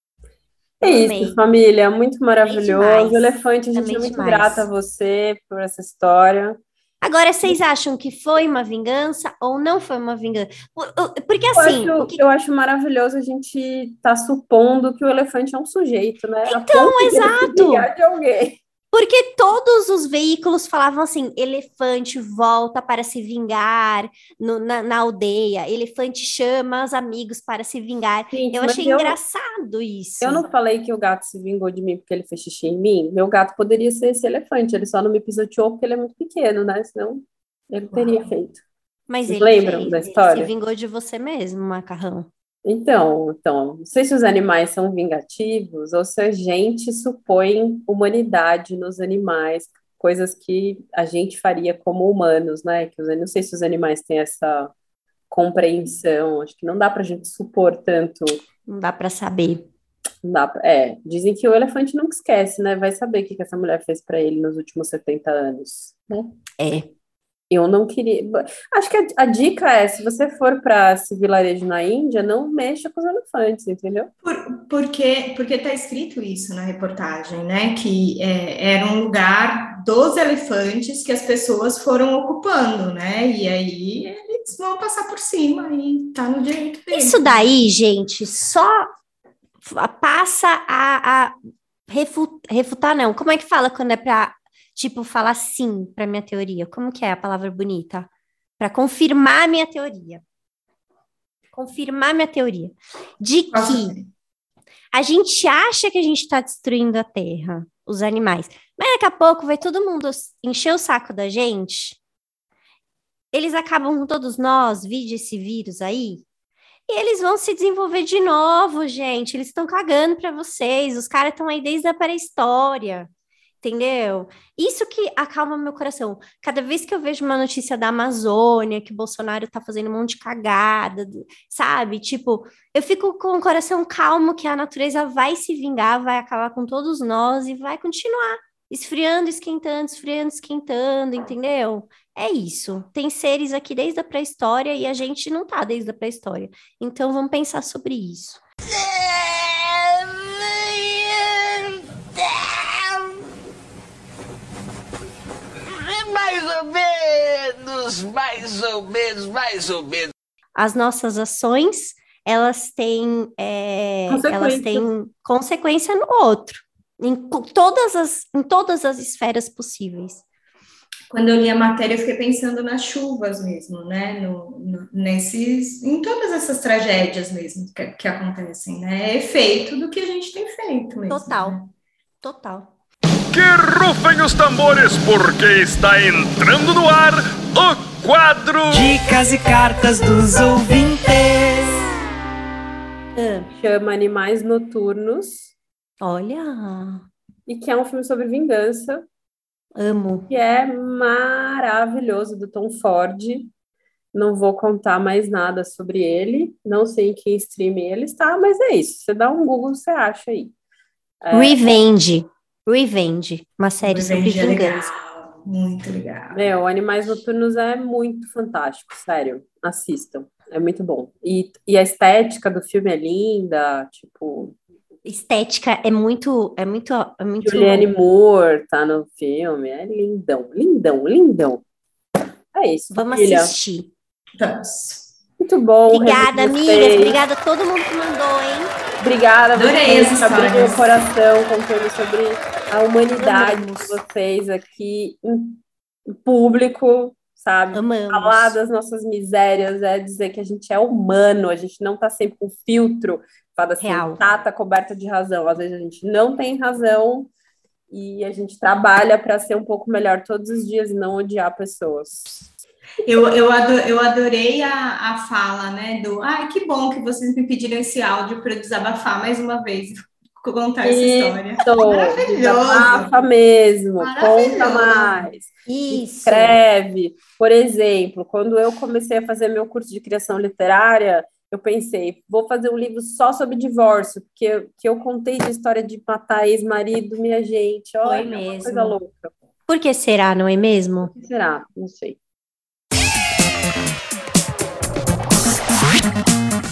É isso, família, muito maravilhoso. Elefante, a gente é muito grata a você por essa história. Agora, vocês acham que foi uma vingança ou não foi uma vingança? Porque assim... Eu acho maravilhoso a gente estar supondo que o elefante é um sujeito, né? Então, exato! De alguém. Porque todos os veículos falavam assim, elefante volta para se vingar na aldeia, elefante chama os amigos para se vingar. Gente, eu achei engraçado isso. Eu não falei que o gato se vingou de mim porque ele fez xixi em mim. Meu gato poderia ser esse elefante, ele só não me pisoteou porque ele é muito pequeno, né? Senão ele teria feito. Mas vocês ele lembram da história? Ele se vingou de você mesmo, macarrão. Então, não sei se os animais são vingativos ou se a gente supõe humanidade nos animais, coisas que a gente faria como humanos, né? Não sei se os animais têm essa compreensão, acho que não dá pra gente supor tanto. Não dá pra saber. Não dá dizem que o elefante nunca esquece, né? Vai saber o que essa mulher fez pra ele nos últimos 70 anos, né? Eu não queria. Acho que a dica é: se você for para esse vilarejo na Índia, não mexa com os elefantes, entendeu? Porque está escrito isso na reportagem, né? Que era um lugar dos elefantes que as pessoas foram ocupando, né? E aí eles vão passar por cima e tá no direito deles. Isso daí, gente, só passa a refutar, não. Como é que fala quando é para tipo, falar sim para minha teoria? Como que é a palavra bonita? Para confirmar a minha teoria. Confirmar minha teoria. De que a gente acha que a gente está destruindo a Terra, os animais. Mas daqui a pouco vai todo mundo encher o saco da gente eles acabam com todos nós, vide esse vírus aí, e eles vão se desenvolver de novo, gente. Eles estão cagando para vocês. Os caras estão aí desde a pré-história. Entendeu? Isso que acalma meu coração. Cada vez que eu vejo uma notícia da Amazônia, que o Bolsonaro tá fazendo um monte de cagada, sabe? Tipo, eu fico com o coração calmo que a natureza vai se vingar, vai acabar com todos nós e vai continuar esfriando, esquentando, entendeu? É isso. Tem seres aqui desde a pré-história e a gente não tá desde a pré-história. Então vamos pensar sobre isso. Mais ou menos. As nossas ações, elas têm consequência no outro, em todas as esferas possíveis. Quando eu li a matéria, eu fiquei pensando nas chuvas mesmo, né? Em todas essas tragédias mesmo que acontecem, né? É efeito do que a gente tem feito mesmo. Total. Que rufem os tambores, porque está entrando no ar o quadro Dicas e Cartas dos Ouvintes. Chama Animais Noturnos. Olha! E que é um filme sobre vingança. Amo. Que é maravilhoso, do Tom Ford. Não vou contar mais nada sobre ele. Não sei em que streaming ele está, mas é isso. Você dá um Google, você acha aí. Revenge, uma série sobre vingança. Legal, muito legal. O Animais Noturnos é muito fantástico, sério. Assistam, é muito bom. E a estética do filme é linda, tipo... Estética é muito... Julianne Moore tá no filme, é lindão. É isso, vamos filha. Assistir. Vamos. Muito bom. Obrigada, amigas. Obrigada a todo mundo que mandou, hein? Obrigada a vocês que abriram meu coração contando sobre a humanidade de vocês aqui em público, sabe? Amamos. Falar das nossas misérias é dizer que a gente é humano, a gente não tá sempre com filtro, fala assim, tá coberta de razão. Às vezes a gente não tem razão e a gente trabalha para ser um pouco melhor todos os dias e não odiar pessoas. Eu adorei a fala, né, que bom que vocês me pediram esse áudio para eu desabafar mais uma vez, contar essa história. Maravilhoso. Desabafa mesmo, conta mais. Isso. Escreve. Por exemplo, quando eu comecei a fazer meu curso de criação literária, eu pensei, vou fazer um livro só sobre divórcio, porque que eu contei de história de matar ex-marido, minha gente, olha, é uma coisa louca. Por que será, não é mesmo? Por que será? Não sei.